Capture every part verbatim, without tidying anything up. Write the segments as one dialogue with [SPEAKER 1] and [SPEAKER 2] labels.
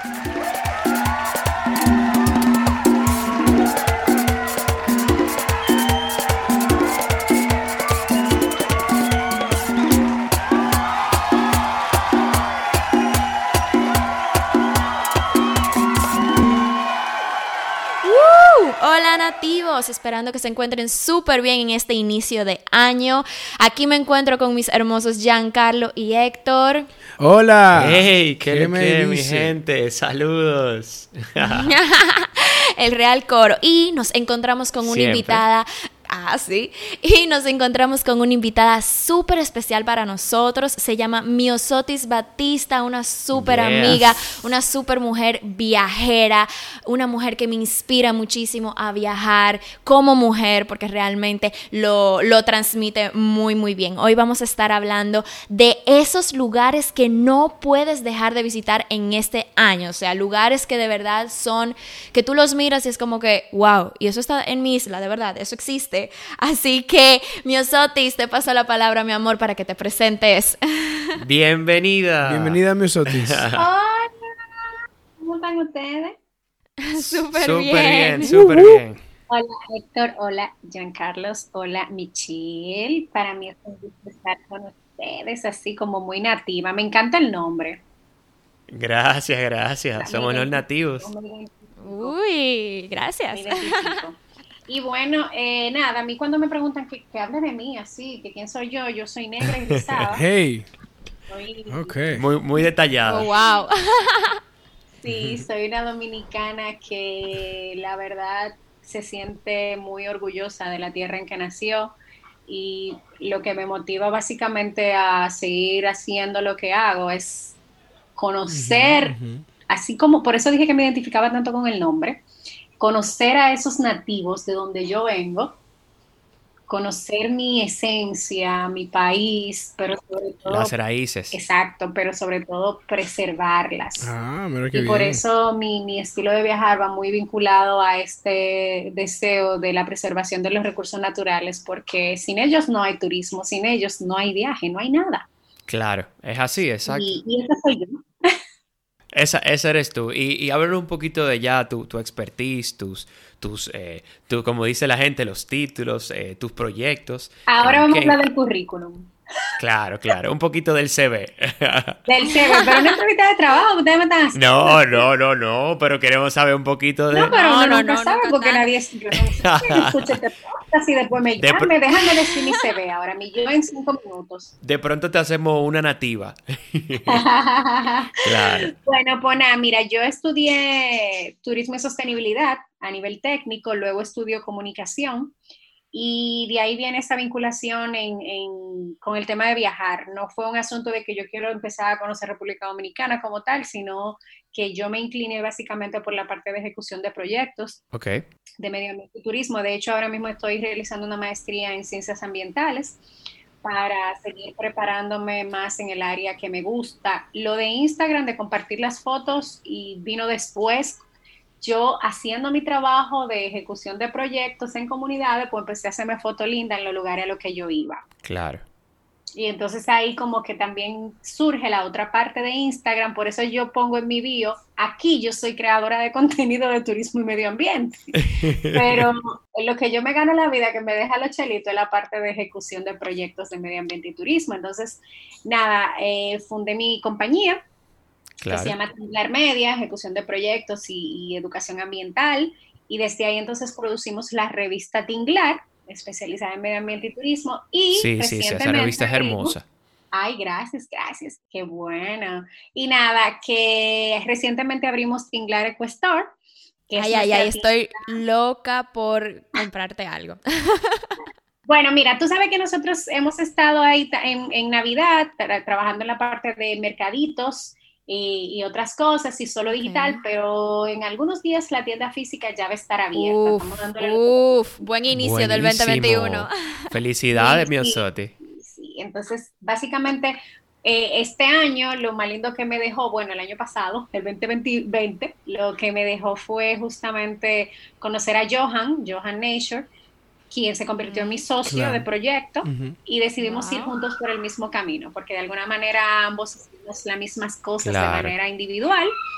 [SPEAKER 1] Hola nativos, esperando que se encuentren súper bien en este inicio de año. Aquí me encuentro con mis hermosos Giancarlo y Héctor.
[SPEAKER 2] Hola.
[SPEAKER 3] Hey, ¿qué,
[SPEAKER 2] ¿Qué
[SPEAKER 3] le
[SPEAKER 2] me
[SPEAKER 3] qué, mi
[SPEAKER 2] dice?
[SPEAKER 3] gente? Saludos.
[SPEAKER 1] El Real Coro. Y nos encontramos con una
[SPEAKER 3] Siempre.
[SPEAKER 1] invitada. Ah, sí. Y nos encontramos con una invitada súper especial para nosotros. Se llama Myosotis Batista, una súper
[SPEAKER 3] Yes.
[SPEAKER 1] amiga, una súper mujer viajera, una mujer que me inspira muchísimo a viajar como mujer, porque realmente lo, lo transmite muy, muy bien. Hoy vamos a estar hablando de esos lugares que no puedes dejar de visitar en este año. O sea, lugares que de verdad son, que tú los miras y es como que, wow, y eso está en mi isla, de verdad, eso existe. Así que, Myosotis, te paso la palabra, mi amor, para que te presentes.
[SPEAKER 3] Bienvenida.
[SPEAKER 2] Bienvenida a Myosotis.
[SPEAKER 4] Hola, ¿cómo están ustedes?
[SPEAKER 1] Súper
[SPEAKER 3] Súper
[SPEAKER 1] bien.
[SPEAKER 3] bien, súper bien.
[SPEAKER 4] Hola Héctor, hola Giancarlos, hola Michelle. Para mí es un gusto estar con ustedes, así como muy nativa. Me encanta el nombre.
[SPEAKER 3] Gracias, gracias. Somos los nativos.
[SPEAKER 4] Me identifico,
[SPEAKER 1] Uy,
[SPEAKER 4] me
[SPEAKER 1] gracias.
[SPEAKER 4] identifico. Y bueno, eh, nada, a mí cuando me preguntan que, que hable de mí, así, que quién soy yo, yo soy negra y rizada.
[SPEAKER 2] Hey.
[SPEAKER 4] Soy,
[SPEAKER 2] Ok.
[SPEAKER 3] Muy, muy detallada.
[SPEAKER 1] Oh, wow.
[SPEAKER 4] Sí, soy una dominicana que la verdad se siente muy orgullosa de la tierra en que nació y lo que me motiva básicamente a seguir haciendo lo que hago es conocer, así como, por eso dije que me identificaba tanto con el nombre, conocer a esos nativos de donde yo vengo, conocer mi esencia, mi país, pero sobre todo,
[SPEAKER 3] Las raíces.
[SPEAKER 4] exacto, pero sobre todo preservarlas.
[SPEAKER 2] Ah, mira qué
[SPEAKER 4] Y
[SPEAKER 2] bien.
[SPEAKER 4] por eso mi, mi estilo de viajar va muy vinculado a este deseo de la preservación de los recursos naturales, porque sin ellos no hay turismo, sin ellos no hay viaje, no hay nada.
[SPEAKER 3] Claro, es así, exacto.
[SPEAKER 4] Y, y esa soy yo.
[SPEAKER 3] Esa, esa eres tú. Y, y háblanos un poquito de ya tu, tu expertise, tus, tus eh, tu, como dice la gente, los títulos, eh, tus proyectos.
[SPEAKER 4] Ahora
[SPEAKER 3] En
[SPEAKER 4] vamos a
[SPEAKER 3] qué-
[SPEAKER 4] hablar del currículum,
[SPEAKER 3] Claro, claro. Un poquito del C V.
[SPEAKER 4] del C V, pero una entrevista de trabajo que ustedes me están haciendo.
[SPEAKER 3] No, no, no, no. Pero queremos saber un poquito de...
[SPEAKER 4] No, pero
[SPEAKER 1] No,
[SPEAKER 4] uno
[SPEAKER 1] no,
[SPEAKER 4] nunca
[SPEAKER 1] no,
[SPEAKER 4] sabe
[SPEAKER 1] nunca
[SPEAKER 4] porque
[SPEAKER 1] tanto.
[SPEAKER 4] nadie, yo no sé quién escucha este podcast y después me
[SPEAKER 3] De
[SPEAKER 4] llame,
[SPEAKER 3] pr-
[SPEAKER 4] déjame decir mi C V ahora, mi yo en cinco minutos.
[SPEAKER 3] De pronto te hacemos una nativa. Claro.
[SPEAKER 4] Bueno, pues nada, mira, yo estudié turismo y sostenibilidad a nivel técnico, luego estudio comunicación y de ahí viene esa vinculación en, en- con el tema de viajar. No fue un asunto de que yo quiero empezar a conocer República Dominicana como tal, sino que yo me incliné básicamente por la parte de ejecución de proyectos
[SPEAKER 3] Ok.
[SPEAKER 4] de medio ambiente y turismo. De hecho, ahora mismo estoy realizando una maestría en ciencias ambientales para seguir preparándome más en el área que me gusta. Lo de Instagram, de compartir las fotos, y vino después. Yo haciendo mi trabajo de ejecución de proyectos en comunidades, pues empecé a hacerme foto linda en los lugares a los que yo iba.
[SPEAKER 3] Claro.
[SPEAKER 4] Y entonces ahí como que también surge la otra parte de Instagram, por eso yo pongo en mi bio, aquí yo soy creadora de contenido de turismo y medio ambiente, pero en lo que yo me gano la vida, que me deja los chelitos, es la parte de ejecución de proyectos de medio ambiente y turismo. Entonces, nada, eh, fundé mi compañía, que se
[SPEAKER 3] Claro.
[SPEAKER 4] llama Tinglar Media, ejecución de proyectos y, y educación ambiental, y desde ahí entonces producimos la revista Tinglar, especializada en medio ambiente y turismo, y
[SPEAKER 3] Sí, sí, sí. Esa
[SPEAKER 4] recientemente
[SPEAKER 3] revista es
[SPEAKER 4] abrimos-
[SPEAKER 3] hermosa.
[SPEAKER 4] Ay, gracias, gracias, qué bueno. Y nada, que recientemente abrimos Tinglar Equestore, que es
[SPEAKER 1] Ay, ay, ay,
[SPEAKER 4] nuestra
[SPEAKER 1] estoy loca por comprarte algo.
[SPEAKER 4] Bueno, mira, tú sabes que nosotros hemos estado ahí ta- en, en Navidad tra- trabajando en la parte de mercaditos y, y otras cosas y solo digital,
[SPEAKER 1] Ok.
[SPEAKER 4] pero en algunos días la tienda física ya va a estar abierta.
[SPEAKER 1] Uf,
[SPEAKER 4] Estamos dándole
[SPEAKER 1] uf, buen inicio del
[SPEAKER 3] Buenísimo.
[SPEAKER 1] veinte veintiuno.
[SPEAKER 3] Felicidades,
[SPEAKER 4] Sí, sí,
[SPEAKER 3] Myosotis.
[SPEAKER 4] sí, sí. Entonces, básicamente, eh, este año lo más lindo que me dejó, bueno, el año pasado, el veinte veinte, lo que me dejó fue justamente conocer a Johan, Johan Nature, quien se convirtió en mi socio
[SPEAKER 2] Claro.
[SPEAKER 4] de proyecto,
[SPEAKER 2] Ujú.
[SPEAKER 4] y decidimos
[SPEAKER 1] Wow.
[SPEAKER 4] ir juntos por el mismo camino, porque de alguna manera ambos hicimos las mismas cosas
[SPEAKER 3] Claro.
[SPEAKER 4] de manera individual,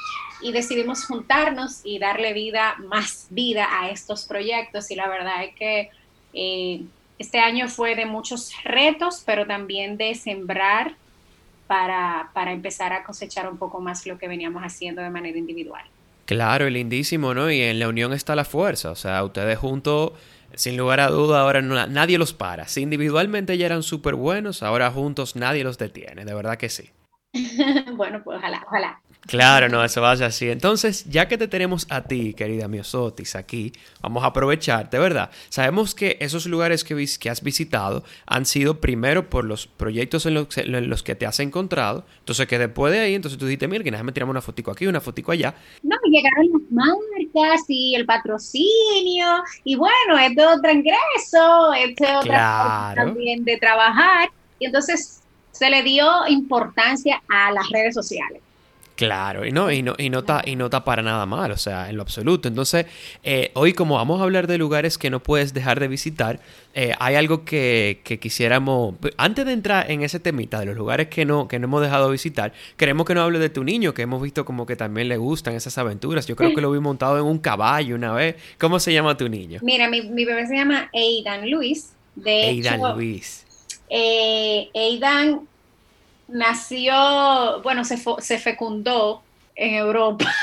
[SPEAKER 4] y decidimos juntarnos y darle vida, más vida a estos proyectos. Y la verdad es que eh, este año fue de muchos retos, pero también de sembrar para, para empezar a cosechar un poco más lo que veníamos haciendo de manera individual.
[SPEAKER 3] Claro, y lindísimo, ¿no? Y en la unión está la fuerza. O sea, ustedes juntos, sin lugar a duda, ahora no, nadie los para. Si individualmente ya eran súper buenos, ahora juntos nadie los detiene. De verdad que sí.
[SPEAKER 4] Bueno, pues ojalá, ojalá.
[SPEAKER 3] Claro, no, eso vaya así. Entonces, ya que te tenemos a ti, querida Myosotis, aquí, vamos a aprovecharte, ¿verdad? Sabemos que esos lugares que, vis- que has visitado han sido primero por los proyectos en los, que- en los que te has encontrado. Entonces, que después de ahí, entonces tú dijiste, mira, que déjame tirarme una fotico aquí, una fotico allá.
[SPEAKER 4] No, llegaron las marcas y el patrocinio, y bueno, esto es otro ingreso, esto es otra forma
[SPEAKER 3] Claro.
[SPEAKER 4] también de trabajar, y entonces se le dio importancia a las redes sociales.
[SPEAKER 3] Claro, y no, y no, y no está, y no está para nada mal, o sea, en lo absoluto. Entonces, eh, hoy como vamos a hablar de lugares que no puedes dejar de visitar, eh, hay algo que, que quisiéramos, antes de entrar en ese temita de los lugares que no, que no hemos dejado de visitar, queremos que nos hable de tu niño, que hemos visto como que también le gustan esas aventuras. Yo creo que lo vi montado en un caballo una vez. ¿Cómo se llama tu niño?
[SPEAKER 4] Mira, mi, mi bebé se llama Aidan Luis, de
[SPEAKER 3] Aidan
[SPEAKER 4] hecho,
[SPEAKER 3] Luis.
[SPEAKER 4] eh, Aidan nació, bueno, se, fo- se fecundó en Europa,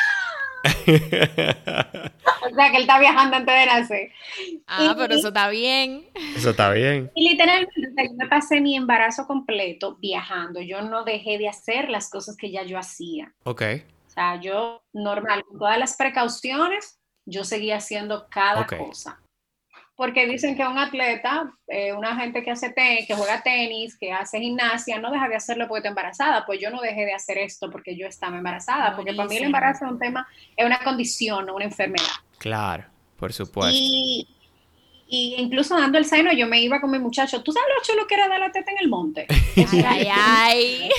[SPEAKER 4] o sea que él está viajando antes de nacer.
[SPEAKER 1] Ah,
[SPEAKER 4] Y-
[SPEAKER 1] pero eso está bien.
[SPEAKER 3] Eso está bien.
[SPEAKER 4] Y literalmente, o sea, yo me pasé mi embarazo completo viajando. Yo no dejé de hacer las cosas que ya yo hacía.
[SPEAKER 3] Ok,
[SPEAKER 4] O sea, yo normal, con todas las precauciones, yo seguía haciendo cada
[SPEAKER 3] ok.
[SPEAKER 4] cosa. Porque dicen que un atleta, eh, una gente que hace tenis, que juega tenis, que hace gimnasia, no deja de hacerlo porque está embarazada. Pues yo no dejé de hacer esto porque yo estaba embarazada. Porque para mí el
[SPEAKER 1] Buenísimo.
[SPEAKER 4] embarazo es un tema, es una condición, no una enfermedad.
[SPEAKER 3] Claro, por supuesto.
[SPEAKER 4] Y, y incluso dando el seno, yo me iba con mi muchacho. ¿Tú sabes lo chulo que era dar la teta en el monte? Eso
[SPEAKER 1] Ay,
[SPEAKER 4] era-
[SPEAKER 1] ay, ay.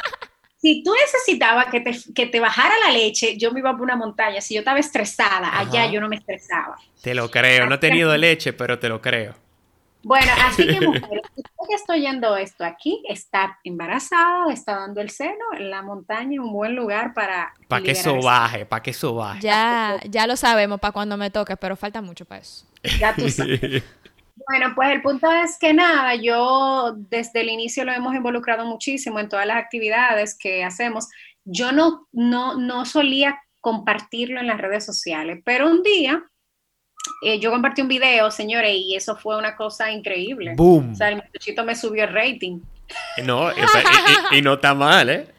[SPEAKER 4] Si tú necesitabas que te, que te bajara la leche, yo me iba por una montaña. Si yo estaba estresada, allá
[SPEAKER 3] Ajá.
[SPEAKER 4] yo no me estresaba.
[SPEAKER 3] Te lo creo. No he tenido leche, pero te lo creo.
[SPEAKER 4] Bueno, así que mujeres, si usted que estoy yendo esto aquí, está embarazada, está dando el seno, en la montaña, un buen lugar para
[SPEAKER 3] Para que eso
[SPEAKER 4] liberarse.
[SPEAKER 3] baje, para que eso baje.
[SPEAKER 1] Ya, ya lo sabemos para cuando me toque, pero falta mucho para eso.
[SPEAKER 4] Ya tú sabes. Bueno, pues el punto es que nada, yo desde el inicio lo hemos involucrado muchísimo en todas las actividades que hacemos. Yo no, no, no solía compartirlo en las redes sociales, pero un día eh, yo compartí un video, señores, y eso fue una cosa increíble.
[SPEAKER 3] Boom.
[SPEAKER 4] O sea, el muchachito me subió el rating.
[SPEAKER 3] No, o sea, y, y- y no está mal, ¿eh?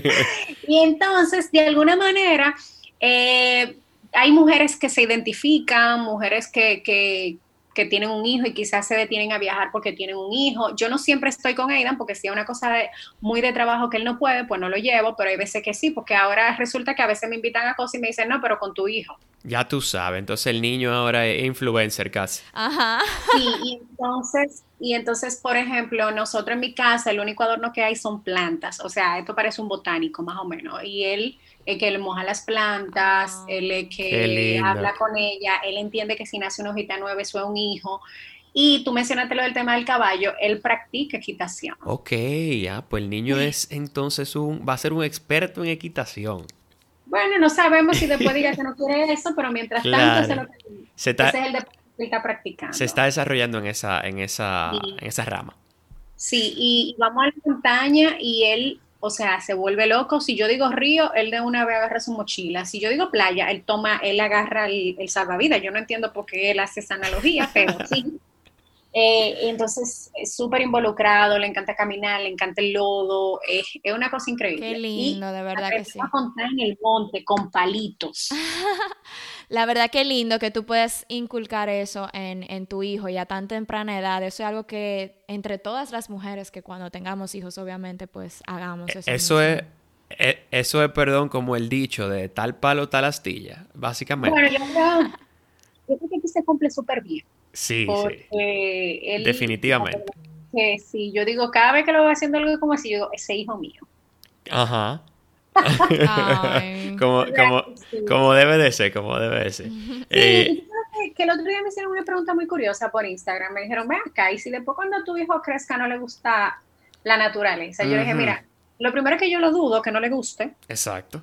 [SPEAKER 4] Y entonces, de alguna manera, eh, hay mujeres que se identifican, mujeres que, que, que tienen un hijo y quizás se detienen a viajar porque tienen un hijo. Yo no siempre estoy con Aidan porque si es una cosa de, muy de trabajo que él no puede, pues no lo llevo, pero hay veces que sí, porque ahora resulta que a veces me invitan a cosas y me dicen, no, pero con tu hijo.
[SPEAKER 3] Ya tú sabes, entonces el niño ahora es influencer casi.
[SPEAKER 1] Ajá.
[SPEAKER 4] Sí, y entonces, y entonces, por ejemplo, nosotros en mi casa, el único adorno que hay son plantas, o sea, esto parece un botánico más o menos, y él es que le moja las plantas,
[SPEAKER 1] Ah.
[SPEAKER 4] él es
[SPEAKER 3] Qué
[SPEAKER 4] que
[SPEAKER 3] lindo.
[SPEAKER 4] habla con ella, él entiende que si nace una hojita nueva eso es un hijo, y tú mencionaste lo del tema del caballo, él practica equitación.
[SPEAKER 3] Ok, ya, pues el niño es entonces un, va a ser un experto en equitación.
[SPEAKER 4] Bueno, no sabemos si después diga que no quiere eso, pero mientras tanto
[SPEAKER 3] Claro.
[SPEAKER 4] ese es, lo que-
[SPEAKER 3] Se está,
[SPEAKER 4] ese es el deporte que él está practicando.
[SPEAKER 3] se está desarrollando en esa, en esa,
[SPEAKER 4] Sí.
[SPEAKER 3] en esa rama.
[SPEAKER 4] Sí, y vamos a la montaña y él, o sea, se vuelve loco. Si yo digo río, él de una vez agarra su mochila. Si yo digo playa, él toma, él agarra el, el salvavidas. Yo no entiendo por qué él hace esa analogía, pero sí. Eh, entonces, es súper involucrado, le encanta caminar, le encanta el lodo, es, es una cosa increíble.
[SPEAKER 1] Qué lindo,
[SPEAKER 4] Y
[SPEAKER 1] de verdad que sí.
[SPEAKER 4] aprendió a montar en el monte con palitos.
[SPEAKER 1] La verdad que lindo que tú puedes inculcar eso en, en tu hijo ya a tan temprana edad. Eso es algo que entre todas las mujeres que cuando tengamos hijos, obviamente, pues hagamos eso.
[SPEAKER 3] Eso es,
[SPEAKER 1] mismo.
[SPEAKER 3] e- eso es, perdón, como el dicho de tal palo, tal astilla, básicamente.
[SPEAKER 4] Bueno, yo creo, yo creo que aquí se cumple súper bien.
[SPEAKER 3] Sí, sí,
[SPEAKER 4] Porque él,
[SPEAKER 3] definitivamente.
[SPEAKER 4] que sí, yo digo, cada vez que lo voy haciendo algo como así, yo digo, ese hijo mío.
[SPEAKER 3] Ajá.
[SPEAKER 1] Ay.
[SPEAKER 3] Como, como,
[SPEAKER 4] Sí.
[SPEAKER 3] como debe de ser, como debe de ser.
[SPEAKER 4] Sí,
[SPEAKER 3] Eh,
[SPEAKER 4] y tú sabes que, que el otro día me hicieron una pregunta muy curiosa por Instagram. Me dijeron, ven acá, y si después cuando tu hijo crezca no le gusta la naturaleza. Yo le dije,
[SPEAKER 3] Ujú.
[SPEAKER 4] mira, lo primero es que yo lo dudo que no le guste,
[SPEAKER 3] exacto.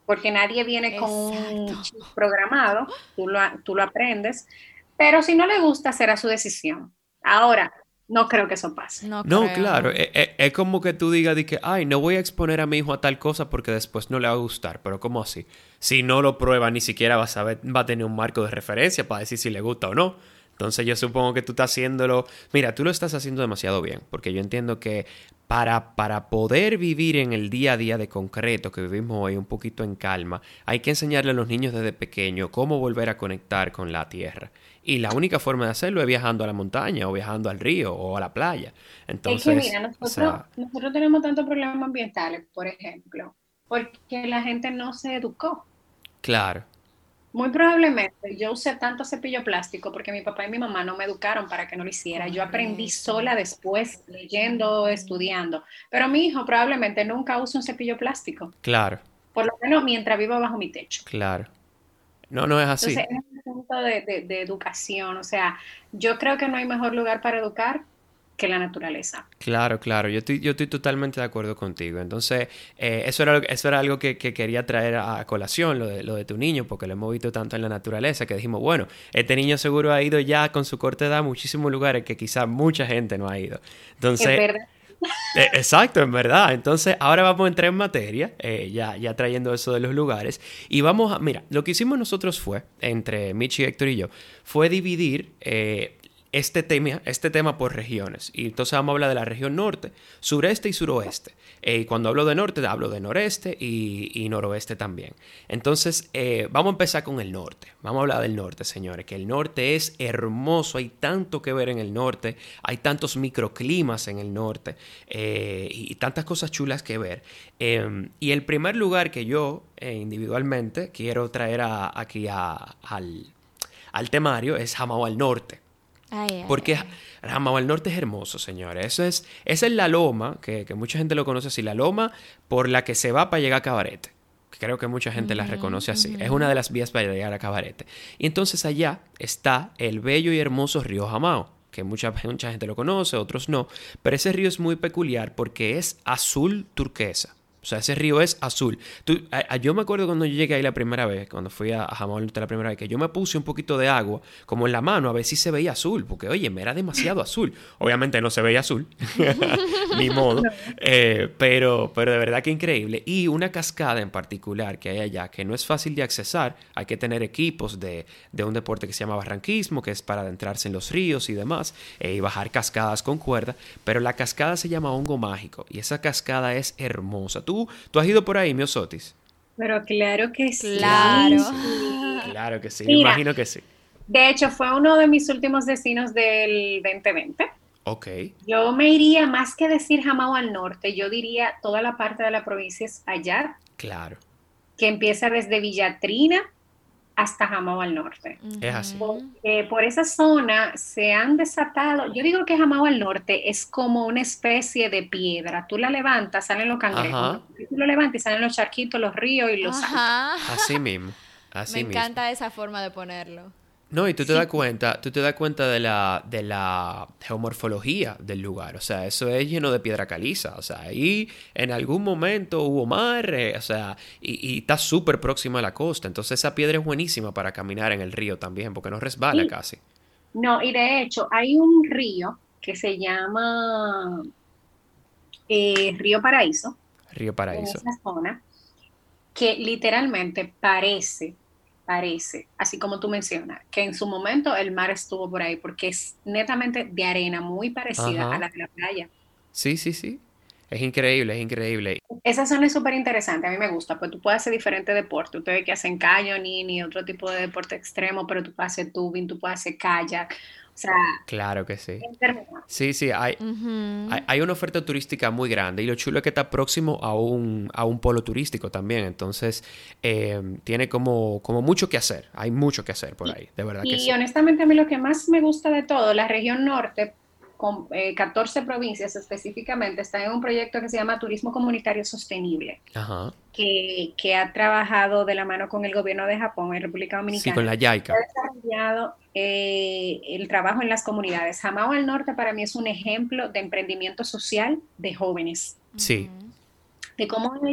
[SPEAKER 4] porque nadie viene con un
[SPEAKER 1] Exacto.
[SPEAKER 4] chip programado, tú lo, tú lo aprendes, pero si no le gusta, será su decisión. Ahora, no creo que eso pase.
[SPEAKER 1] No
[SPEAKER 3] No,
[SPEAKER 1] creo,
[SPEAKER 3] claro,
[SPEAKER 1] no.
[SPEAKER 3] e- e- es, como que tú digas de que, ay, no voy a exponer a mi hijo a tal cosa porque después no le va a gustar, pero ¿cómo así? Si no lo prueba, ni siquiera va a saber, va a tener un marco de referencia para decir si le gusta o no. Entonces yo supongo que tú estás haciéndolo, mira, tú lo estás haciendo demasiado bien, porque yo entiendo que para, para poder vivir en el día a día de concreto que vivimos hoy un poquito en calma, hay que enseñarle a los niños desde pequeño cómo volver a conectar con la tierra. Y la única forma de hacerlo es viajando a la montaña o viajando al río o a la playa.
[SPEAKER 4] Es que
[SPEAKER 3] Entonces,
[SPEAKER 4] mira,
[SPEAKER 3] o
[SPEAKER 4] nosotros,
[SPEAKER 3] sea,
[SPEAKER 4] nosotros tenemos tantos problemas ambientales, por ejemplo, porque la gente no se educó.
[SPEAKER 3] claro,
[SPEAKER 4] Muy probablemente yo usé tanto cepillo plástico porque mi papá y mi mamá no me educaron para que no lo hiciera. Yo aprendí
[SPEAKER 1] Correcto.
[SPEAKER 4] sola después, leyendo, estudiando. Pero mi hijo probablemente nunca use un cepillo plástico,
[SPEAKER 3] claro,
[SPEAKER 4] por lo menos mientras viva bajo mi techo.
[SPEAKER 3] claro. No, no es
[SPEAKER 4] Entonces,
[SPEAKER 3] así.
[SPEAKER 4] es un punto de, de, de educación. O sea, yo creo que no hay mejor lugar para educar que la naturaleza.
[SPEAKER 3] Claro, claro, yo estoy, yo estoy totalmente de acuerdo contigo. Entonces, eh, eso era, lo- eso era algo que, que quería traer a, a colación, lo de, lo de tu niño, porque lo hemos visto tanto en la naturaleza que dijimos, bueno, este niño seguro ha ido ya con su corta edad a muchísimos lugares que quizás mucha gente no ha ido.
[SPEAKER 4] Es
[SPEAKER 3] Entonces,
[SPEAKER 4] verdad.
[SPEAKER 3] eh, exacto, en verdad. Entonces, ahora vamos a entrar en materia, eh, ya, ya trayendo eso de los lugares. Y vamos a, mira, lo que hicimos nosotros fue, entre Michi, Héctor y yo, fue dividir eh, este tema, este tema por regiones. Y entonces vamos a hablar de la región norte, sureste y suroeste. Eh, y cuando hablo de norte, hablo de noreste y, y noroeste también. Entonces, eh, vamos a empezar con el norte. Vamos a hablar del norte, señores, que el norte es hermoso, hay tanto que ver en el norte, hay tantos microclimas en el norte eh, y tantas cosas chulas que ver. Eh, y el primer lugar que yo eh, individualmente quiero traer a- aquí a- al, al temario es Jamao al norte.
[SPEAKER 1] Ay, ay,
[SPEAKER 3] Porque
[SPEAKER 1] ay.
[SPEAKER 3] Jamao al norte es hermoso, señores. Eso es, esa es la loma, que, que mucha gente lo conoce así, la loma por la que se va para llegar a Cabarete. Creo que mucha gente la reconoce así. Es una de las vías para llegar a Cabarete. Y entonces allá está el bello y hermoso río Jamao, que mucha, mucha gente lo conoce, otros no. Pero ese río es muy peculiar porque es azul turquesa. O sea, ese río es azul. Tú, a- a- yo me acuerdo cuando yo llegué ahí la primera vez, cuando fui a, a Jamao al Norte la primera vez, que yo me puse un poquito de agua, como en la mano, a ver si se veía azul, porque oye, me era demasiado azul. Obviamente no se veía azul, ni modo, eh, pero, pero de verdad que increíble. Y una cascada en particular que hay allá, que no es fácil de accesar, hay que tener equipos de, de un deporte que se llama barranquismo, que es para adentrarse en los ríos y demás, eh, y bajar cascadas con cuerda, pero la cascada se llama Hongo Mágico, y esa cascada es hermosa. ¿Tú, tú has ido por ahí, Miosotis?
[SPEAKER 4] Pero claro que
[SPEAKER 1] Claro.
[SPEAKER 4] sí.
[SPEAKER 3] Claro que sí, me
[SPEAKER 4] Mira,
[SPEAKER 3] imagino que sí.
[SPEAKER 4] de hecho fue uno de mis últimos destinos del dos mil veinte.
[SPEAKER 3] Ok,
[SPEAKER 4] Yo me iría más que decir Jamao al norte, yo diría toda la parte de la provincia es allá,
[SPEAKER 3] claro,
[SPEAKER 4] que empieza desde Villatrina hasta Jamao al norte.
[SPEAKER 3] es así.
[SPEAKER 1] Ujú.
[SPEAKER 4] Eh, por esa zona se han desatado, yo digo que Jamao al norte es como una especie de piedra, tú la levantas, salen los cangrejos,
[SPEAKER 3] Ajá,
[SPEAKER 4] ¿no? Tú lo levantas y salen los charquitos, los ríos y los saltos.
[SPEAKER 1] Ajá.
[SPEAKER 3] así mismo,
[SPEAKER 1] Me
[SPEAKER 3] así mismo.
[SPEAKER 1] encanta esa forma de ponerlo.
[SPEAKER 3] No, y tú te
[SPEAKER 4] Sí,
[SPEAKER 3] das cuenta, tú te das cuenta de la, de la geomorfología del lugar. O sea, eso es lleno de piedra caliza. O sea, ahí en algún momento hubo mar, eh, o sea, y, y está súper próximo a la costa. Entonces esa piedra es buenísima para caminar en el río también, porque no resbala
[SPEAKER 4] y
[SPEAKER 3] casi.
[SPEAKER 4] no, y de hecho hay un río que se llama eh, Río Paraíso
[SPEAKER 3] Río
[SPEAKER 4] en
[SPEAKER 3] Paraíso.
[SPEAKER 4] esa zona, que literalmente parece, parece, así como tú mencionas, que en su momento el mar estuvo por ahí, porque es netamente de arena, muy parecida a
[SPEAKER 3] Ajá.
[SPEAKER 4] la de la playa.
[SPEAKER 3] Sí, sí, sí. Es increíble, es increíble.
[SPEAKER 4] Esa zona es súper interesante, a mí me gusta, pues tú puedes hacer diferentes deportes, ustedes que hacen canyoning y otro tipo de deporte extremo, pero tú puedes hacer tubing, tú puedes hacer kayak, o sea,
[SPEAKER 3] Claro que sí.
[SPEAKER 4] interminable.
[SPEAKER 3] Sí, sí, hay,
[SPEAKER 1] Ujú.
[SPEAKER 3] hay, hay una oferta turística muy grande y lo chulo es que está próximo a un, a un polo turístico también. Entonces, eh, tiene como, como mucho que hacer. Hay mucho que hacer por
[SPEAKER 4] Y,
[SPEAKER 3] ahí, de verdad que
[SPEAKER 4] y
[SPEAKER 3] sí.
[SPEAKER 4] honestamente a mí lo que más me gusta de todo, la región norte, con eh, catorce provincias específicamente, está en un proyecto que se llama Turismo Comunitario Sostenible,
[SPEAKER 3] Ajá.
[SPEAKER 4] que, que ha trabajado de la mano con el gobierno de Japón y República
[SPEAKER 3] Sí, con
[SPEAKER 4] Dominicana.
[SPEAKER 3] la
[SPEAKER 4] Ha
[SPEAKER 3] Yaica.
[SPEAKER 4] desarrollado eh, el trabajo en las comunidades. Jamao al Norte para mí es un ejemplo de emprendimiento social de jóvenes,
[SPEAKER 3] Sí,
[SPEAKER 4] de cómo ellos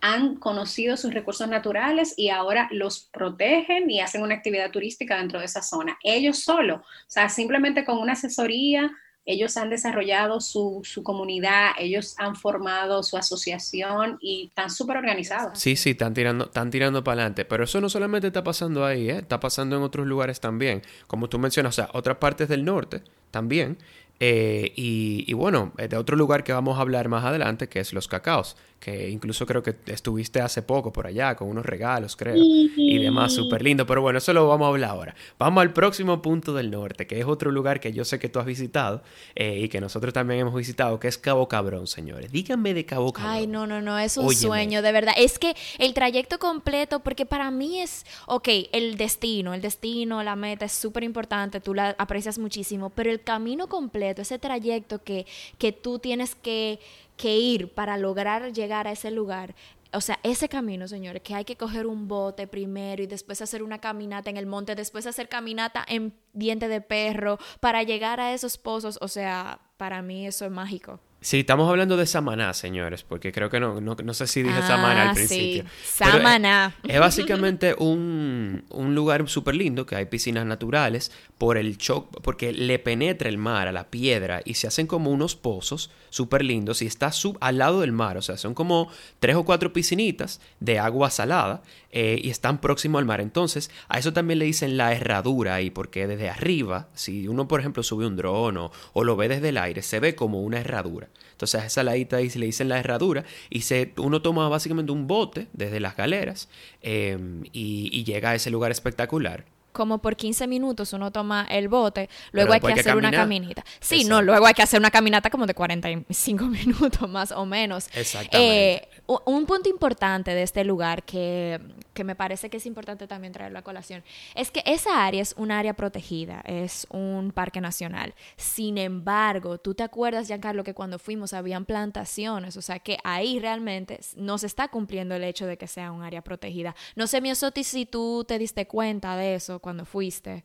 [SPEAKER 4] han conocido sus recursos naturales y ahora los protegen y hacen una actividad turística dentro de esa zona. Ellos solo, o sea, simplemente con una asesoría, ellos han desarrollado su, su comunidad, ellos han formado su asociación y están súper organizados.
[SPEAKER 3] Sí, sí, están tirando, están tirando para adelante. Pero eso no solamente está pasando ahí, ¿eh? Está pasando en otros lugares también. Como tú mencionas, o sea, otras partes del norte también. Eh, y, y bueno, de otro lugar que vamos a hablar más adelante, que es Los Cacaos, que incluso creo que estuviste hace poco por allá con unos regalos, creo, y demás, súper lindo. Pero bueno, eso lo vamos a hablar ahora. Vamos al próximo punto del norte, que es otro lugar que yo sé que tú has visitado eh, y que nosotros también hemos visitado, que es Cabo Cabrón, señores. Díganme de Cabo Cabrón.
[SPEAKER 1] Ay, no, no, no, es un
[SPEAKER 3] Óyeme.
[SPEAKER 1] sueño, de verdad. Es que el trayecto completo, porque para mí es, ok, el destino, el destino, la meta es súper importante, tú la aprecias muchísimo, pero el camino completo, ese trayecto que, que tú tienes que, que ir para lograr llegar a ese lugar. O sea, ese camino, señores, que hay que coger un bote primero y después hacer una caminata en el monte, después hacer caminata en diente de perro para llegar a esos pozos. O sea, para mí eso es mágico.
[SPEAKER 3] Sí, estamos hablando de Samaná, señores, porque creo que no, no, no sé si dije
[SPEAKER 1] Ah,
[SPEAKER 3] Samaná al
[SPEAKER 1] sí.
[SPEAKER 3] principio.
[SPEAKER 1] Samaná.
[SPEAKER 3] Pero es, es básicamente un, un lugar súper lindo, que hay piscinas naturales, por el choc, porque le penetra el mar a la piedra y se hacen como unos pozos súper lindos y está sub, al lado del mar, o sea, son como tres o cuatro piscinitas de agua salada eh, y están próximo al mar. Entonces, a eso también le dicen la herradura ahí, porque desde arriba, si uno, por ejemplo, sube un dron o, o lo ve desde el aire, se ve como una herradura. Entonces a esa ladita ahí se le dicen la herradura y se, uno toma básicamente un bote desde las galeras eh, y, y llega a ese lugar espectacular.
[SPEAKER 1] Como por quince minutos uno toma el bote, luego hay que
[SPEAKER 3] hay que
[SPEAKER 1] hacer una
[SPEAKER 3] caminar.
[SPEAKER 1] caminata. Sí,
[SPEAKER 3] Exacto.
[SPEAKER 1] no, luego hay que hacer una caminata como de cuarenta y cinco minutos más o menos.
[SPEAKER 3] Exactamente.
[SPEAKER 1] Eh, un punto importante de este lugar que, que me parece que es importante también traerlo a colación es que esa área es un área protegida, es un parque nacional. Sin embargo, tú te acuerdas, Giancarlo, que cuando fuimos habían plantaciones, o sea que ahí realmente no se está cumpliendo el hecho de que sea un área protegida. No sé, Miosotis, si tú te diste cuenta de eso cuando fuiste.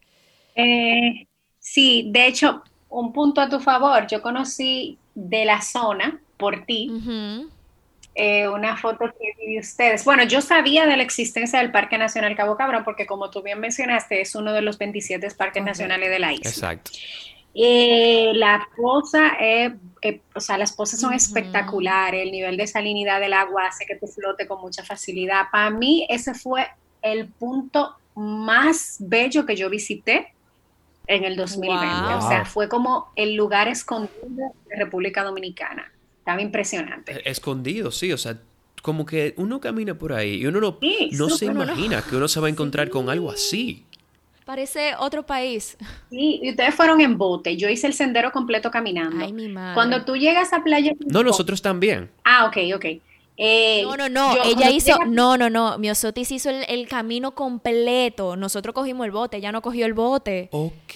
[SPEAKER 4] Eh, sí, de hecho, un punto a tu favor, yo conocí de la zona por ti.
[SPEAKER 1] Uh-huh.
[SPEAKER 4] Eh, una foto que vi de ustedes. Bueno, yo sabía de la existencia del Parque Nacional Cabo Cabrón porque, como tú bien mencionaste, es uno de los veintisiete parques
[SPEAKER 1] Okay.
[SPEAKER 4] nacionales de la isla.
[SPEAKER 3] Exacto.
[SPEAKER 4] Eh, la poza, es, eh, o sea, las pozas son
[SPEAKER 1] Uh-huh.
[SPEAKER 4] espectaculares, el nivel de salinidad del agua hace que tú flote con mucha facilidad. Para mí, ese fue el punto más bello que yo visité en el dos mil veinte.
[SPEAKER 1] Wow.
[SPEAKER 4] O sea, fue como el lugar escondido de República Dominicana. Estaba impresionante.
[SPEAKER 3] Eh, Escondido, sí, o sea, como que uno camina por ahí y uno no,
[SPEAKER 4] Sí,
[SPEAKER 3] no se
[SPEAKER 4] súper, no, no.
[SPEAKER 3] imagina que uno se va a encontrar
[SPEAKER 1] Sí.
[SPEAKER 3] con algo así.
[SPEAKER 1] Parece otro país.
[SPEAKER 4] Sí, y ustedes fueron en bote. Yo hice el sendero completo caminando.
[SPEAKER 1] Ay, mi madre.
[SPEAKER 4] Cuando tú llegas a Playa
[SPEAKER 3] No, nosotros también.
[SPEAKER 4] Ah, ok, ok. Eh,
[SPEAKER 1] No, no, no,
[SPEAKER 4] yo-
[SPEAKER 1] ella
[SPEAKER 4] cuando
[SPEAKER 1] hizo,
[SPEAKER 4] llega-
[SPEAKER 1] no, no, no, Miosotis hizo el, el camino completo, nosotros cogimos el bote, ella no cogió el bote.
[SPEAKER 3] Ok.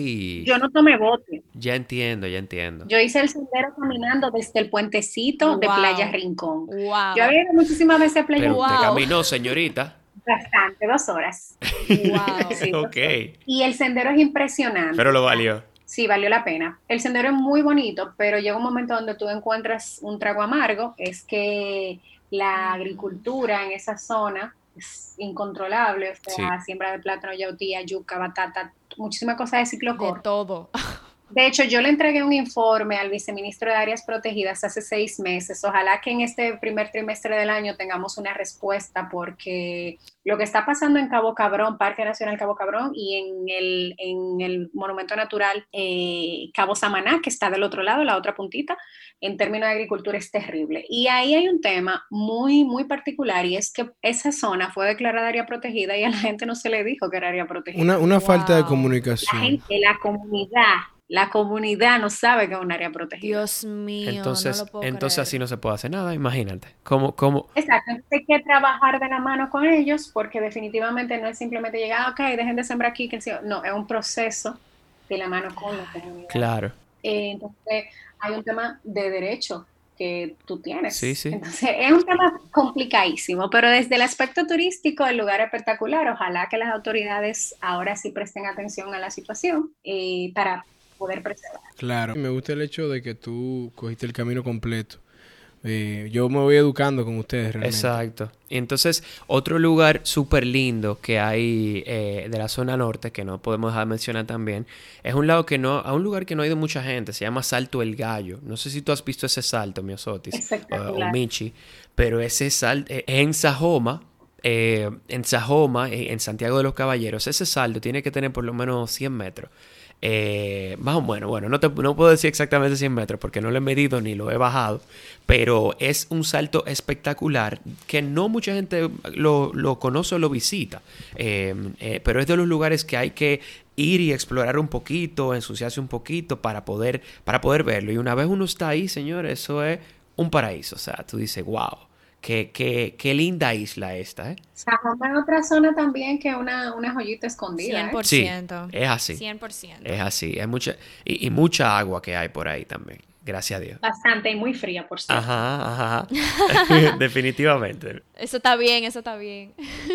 [SPEAKER 4] Yo no tomé bote.
[SPEAKER 3] Ya entiendo, ya entiendo.
[SPEAKER 4] Yo hice el sendero caminando desde el puentecito de
[SPEAKER 1] Wow.
[SPEAKER 4] Playa Rincón.
[SPEAKER 1] Wow.
[SPEAKER 4] Yo había ido muchísimas veces a Playa
[SPEAKER 3] Pero
[SPEAKER 4] Rincón.
[SPEAKER 3] usted
[SPEAKER 1] Wow.
[SPEAKER 3] caminó, señorita.
[SPEAKER 4] Bastante, dos horas.
[SPEAKER 1] Wow.
[SPEAKER 4] Sí, dos
[SPEAKER 3] Ok.
[SPEAKER 4] horas. Y el sendero es impresionante.
[SPEAKER 3] Pero lo valió.
[SPEAKER 4] Sí, valió la pena. El sendero es muy bonito, pero llega un momento donde tú encuentras un trago amargo, es que la agricultura en esa zona es incontrolable, o sea,
[SPEAKER 3] Sí.
[SPEAKER 4] siembra de plátano, yautía, yuca, batata, muchísimas cosas de ciclo
[SPEAKER 1] De
[SPEAKER 4] corto.
[SPEAKER 1] todo.
[SPEAKER 4] De hecho, yo le entregué un informe al viceministro de Áreas Protegidas hace seis meses. Ojalá que en este primer trimestre del año tengamos una respuesta, porque lo que está pasando en Cabo Cabrón, Parque Nacional Cabo Cabrón, y en el, en el Monumento Natural eh, Cabo Samaná, que está del otro lado, la otra puntita, en términos de agricultura es terrible. Y ahí hay un tema muy, muy particular, y es que esa zona fue declarada área protegida y a la gente no se le dijo que era área protegida.
[SPEAKER 2] Una, una
[SPEAKER 1] Wow.
[SPEAKER 2] falta de
[SPEAKER 4] La
[SPEAKER 2] comunicación.
[SPEAKER 4] gente, la comunidad, la comunidad no sabe que es un área protegida.
[SPEAKER 1] Dios mío,
[SPEAKER 3] Entonces,
[SPEAKER 1] no lo puedo
[SPEAKER 3] entonces
[SPEAKER 1] creer.
[SPEAKER 3] así no se puede hacer nada, imagínate. ¿Cómo, cómo?
[SPEAKER 4] Exacto, entonces hay que trabajar de la mano con ellos, porque definitivamente no es simplemente llegar, ah, ok, dejen de sembrar aquí, que sí". No, es un proceso de la mano con la comunidad.
[SPEAKER 3] Claro.
[SPEAKER 4] Eh, entonces hay un tema de derecho que tú tienes.
[SPEAKER 3] Sí, sí.
[SPEAKER 4] Entonces es un tema complicadísimo, pero desde el aspecto turístico el lugar es espectacular. Ojalá que las autoridades ahora sí presten atención a la situación eh, para poder preservar.
[SPEAKER 2] Claro. Me gusta el hecho de que tú cogiste el camino completo. Eh, yo me voy educando con ustedes realmente.
[SPEAKER 3] Exacto. Y entonces, otro lugar súper lindo que hay eh, de la zona norte, que no podemos dejar de mencionar también, es un lado que no, a un lugar que no ha ido mucha gente, se llama Salto El Gallo. No sé si tú has visto ese salto, Miosotis, o, o Michi, pero ese salto eh, en Sajoma, eh, en Sajoma, eh, en Santiago de los Caballeros, ese salto tiene que tener por lo menos cien metros. Eh, más o menos, bueno, no, te, no puedo decir exactamente cien metros porque no lo he medido ni lo he bajado, pero es un salto espectacular que no mucha gente lo, lo conoce o lo visita, eh, eh, pero es de los lugares que hay que ir y explorar un poquito, ensuciarse un poquito para poder, para poder verlo. Y una vez uno está ahí, señores, eso es un paraíso. O sea, tú dices, wow, qué, qué, qué linda isla esta, ¿eh?
[SPEAKER 4] Sajoma es otra zona también que una, una joyita escondida,
[SPEAKER 1] cien por
[SPEAKER 4] ¿eh?
[SPEAKER 1] ciento.
[SPEAKER 3] Sí, es así.
[SPEAKER 1] cien por ciento.
[SPEAKER 3] Es así. Hay mucha, y, y mucha agua que hay por ahí también. Gracias a Dios.
[SPEAKER 4] Bastante y muy fría, por cierto.
[SPEAKER 3] Ajá, ajá. Definitivamente.
[SPEAKER 1] Eso está bien, eso está bien.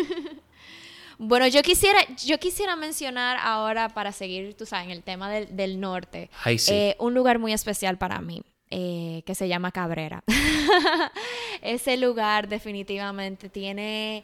[SPEAKER 1] Bueno, yo quisiera, yo quisiera mencionar ahora, para seguir, tú sabes, en el tema del, del norte,
[SPEAKER 3] Ay, sí.
[SPEAKER 1] eh, un lugar muy especial para mí, eh, que se llama Cabrera. Ese lugar definitivamente tiene,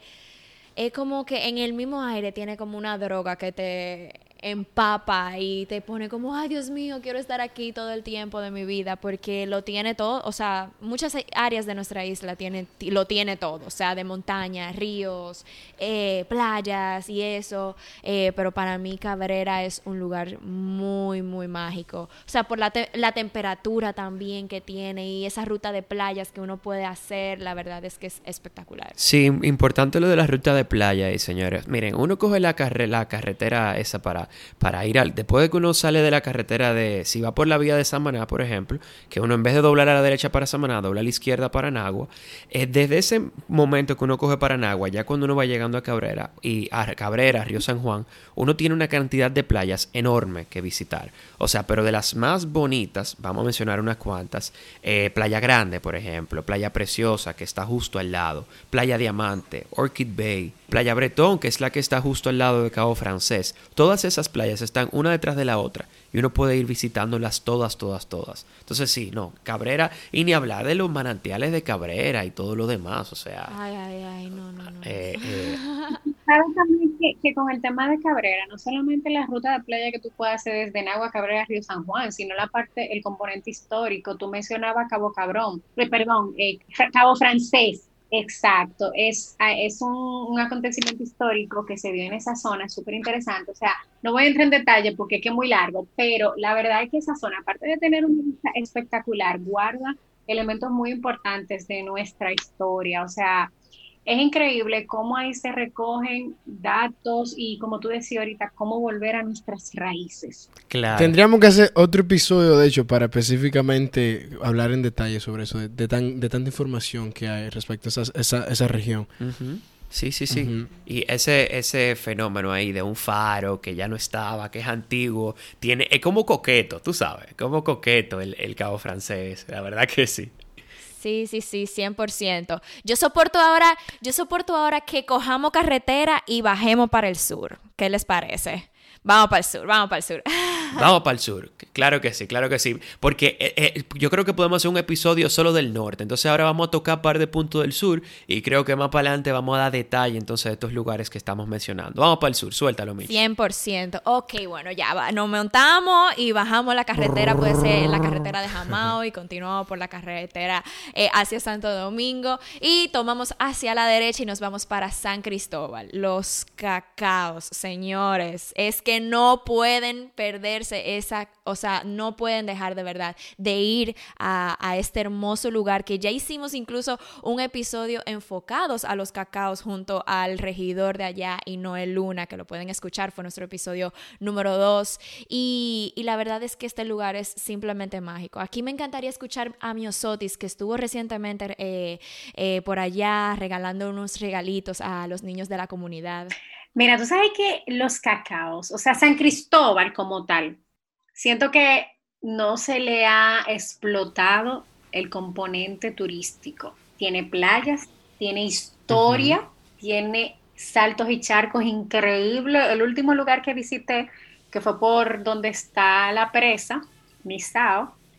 [SPEAKER 1] es como que en el mismo aire tiene como una droga que te empapa y te pone como, ay, Dios mío, quiero estar aquí todo el tiempo de mi vida, porque lo tiene todo. O sea, muchas áreas de nuestra isla tiene, lo tiene todo, o sea, de montaña, ríos, eh, playas y eso, eh, pero para mí Cabrera es un lugar muy, muy mágico. O sea, por la, te la temperatura también que tiene y esa ruta de playas que uno puede hacer, la verdad es que es espectacular.
[SPEAKER 3] Sí, importante lo de la ruta de playa, y señores, miren, uno coge la, carre la carretera esa para para ir al... Después de que uno sale de la carretera de... Si va por la vía de Samaná, por ejemplo, que uno en vez de doblar a la derecha para Samaná, dobla a la izquierda para Nagua, eh, desde ese momento que uno coge para Nagua, ya cuando uno va llegando a Cabrera, y a Cabrera, Río San Juan, uno tiene una cantidad de playas enorme que visitar. O sea, pero de las más bonitas, vamos a mencionar unas cuantas, eh, Playa Grande, por ejemplo, Playa Preciosa, que está justo al lado, Playa Diamante, Orchid Bay, Playa Bretón, que es la que está justo al lado de Cabo Francés. Todas esas playas están una detrás de la otra y uno puede ir visitándolas todas, todas, todas. Entonces sí, no, Cabrera, y ni hablar de los manantiales de Cabrera y todo lo demás, o sea...
[SPEAKER 1] Ay, ay, ay, no, no, no.
[SPEAKER 3] Eh, eh,
[SPEAKER 4] Sabes también que, que con el tema de Cabrera, no solamente la ruta de playa que tú puedes hacer desde Nagua, Cabrera, Río San Juan, sino la parte, el componente histórico. Tú mencionabas Cabo Cabrón, eh, perdón, eh, Cabo Francés. Exacto, es, es un, un acontecimiento histórico que se dio en esa zona, súper interesante. O sea, no voy a entrar en detalle porque es que es muy largo, pero la verdad es que esa zona, aparte de tener una vista espectacular, guarda elementos muy importantes de nuestra historia. O sea, es increíble cómo ahí se recogen datos y, como tú decías ahorita, cómo volver a nuestras raíces.
[SPEAKER 3] claro.
[SPEAKER 2] Tendríamos que hacer otro episodio, de hecho, para específicamente hablar en detalle sobre eso, de, de, tan, de tanta información que hay respecto a esa, esa, esa región.
[SPEAKER 3] Uh-huh. Sí, sí, sí.
[SPEAKER 2] Uh-huh.
[SPEAKER 3] Y ese, ese fenómeno ahí de un faro que ya no estaba, que es antiguo, tiene, es como coqueto, tú sabes, como coqueto el, el Cabo Francés, la verdad que sí.
[SPEAKER 1] Sí, sí, sí, cien por ciento. Yo soporto ahora, yo soporto ahora que cojamos carretera y bajemos para el sur. ¿Qué les parece? Vamos para el sur, vamos para el sur.
[SPEAKER 3] Vamos para el sur. Claro que sí, claro que sí. Porque eh, eh, yo creo que podemos hacer un episodio solo del norte. Entonces ahora vamos a tocar un par de puntos del sur. Y creo que más para adelante vamos a dar detalle entonces de estos lugares que estamos mencionando. Vamos para el sur, suéltalo, Michi.
[SPEAKER 1] cien por ciento. Ok, bueno, ya va. Nos montamos y bajamos la carretera. Puede ser la carretera de Jamao y continuamos por la carretera eh, hacia Santo Domingo. Y tomamos hacia la derecha y nos vamos para San Cristóbal. Los cacaos, señores. Es que no pueden perderse esa, o sea, no pueden dejar de verdad de ir a, a este hermoso lugar que ya hicimos incluso un episodio enfocados a los cacaos junto al regidor de allá y Noel Luna, que lo pueden escuchar, fue nuestro episodio número dos y, y la verdad es que este lugar es simplemente mágico. Aquí me encantaría escuchar a Miosotis, que estuvo recientemente eh, eh, por allá regalando unos regalitos a los niños de la comunidad.
[SPEAKER 4] Mira, tú sabes que los cacaos, o sea, San Cristóbal como tal, siento que no se le ha explotado el componente turístico. Tiene playas, tiene historia, uh-huh. tiene saltos y charcos increíbles. El último lugar que visité, que fue por donde está la presa, Misao,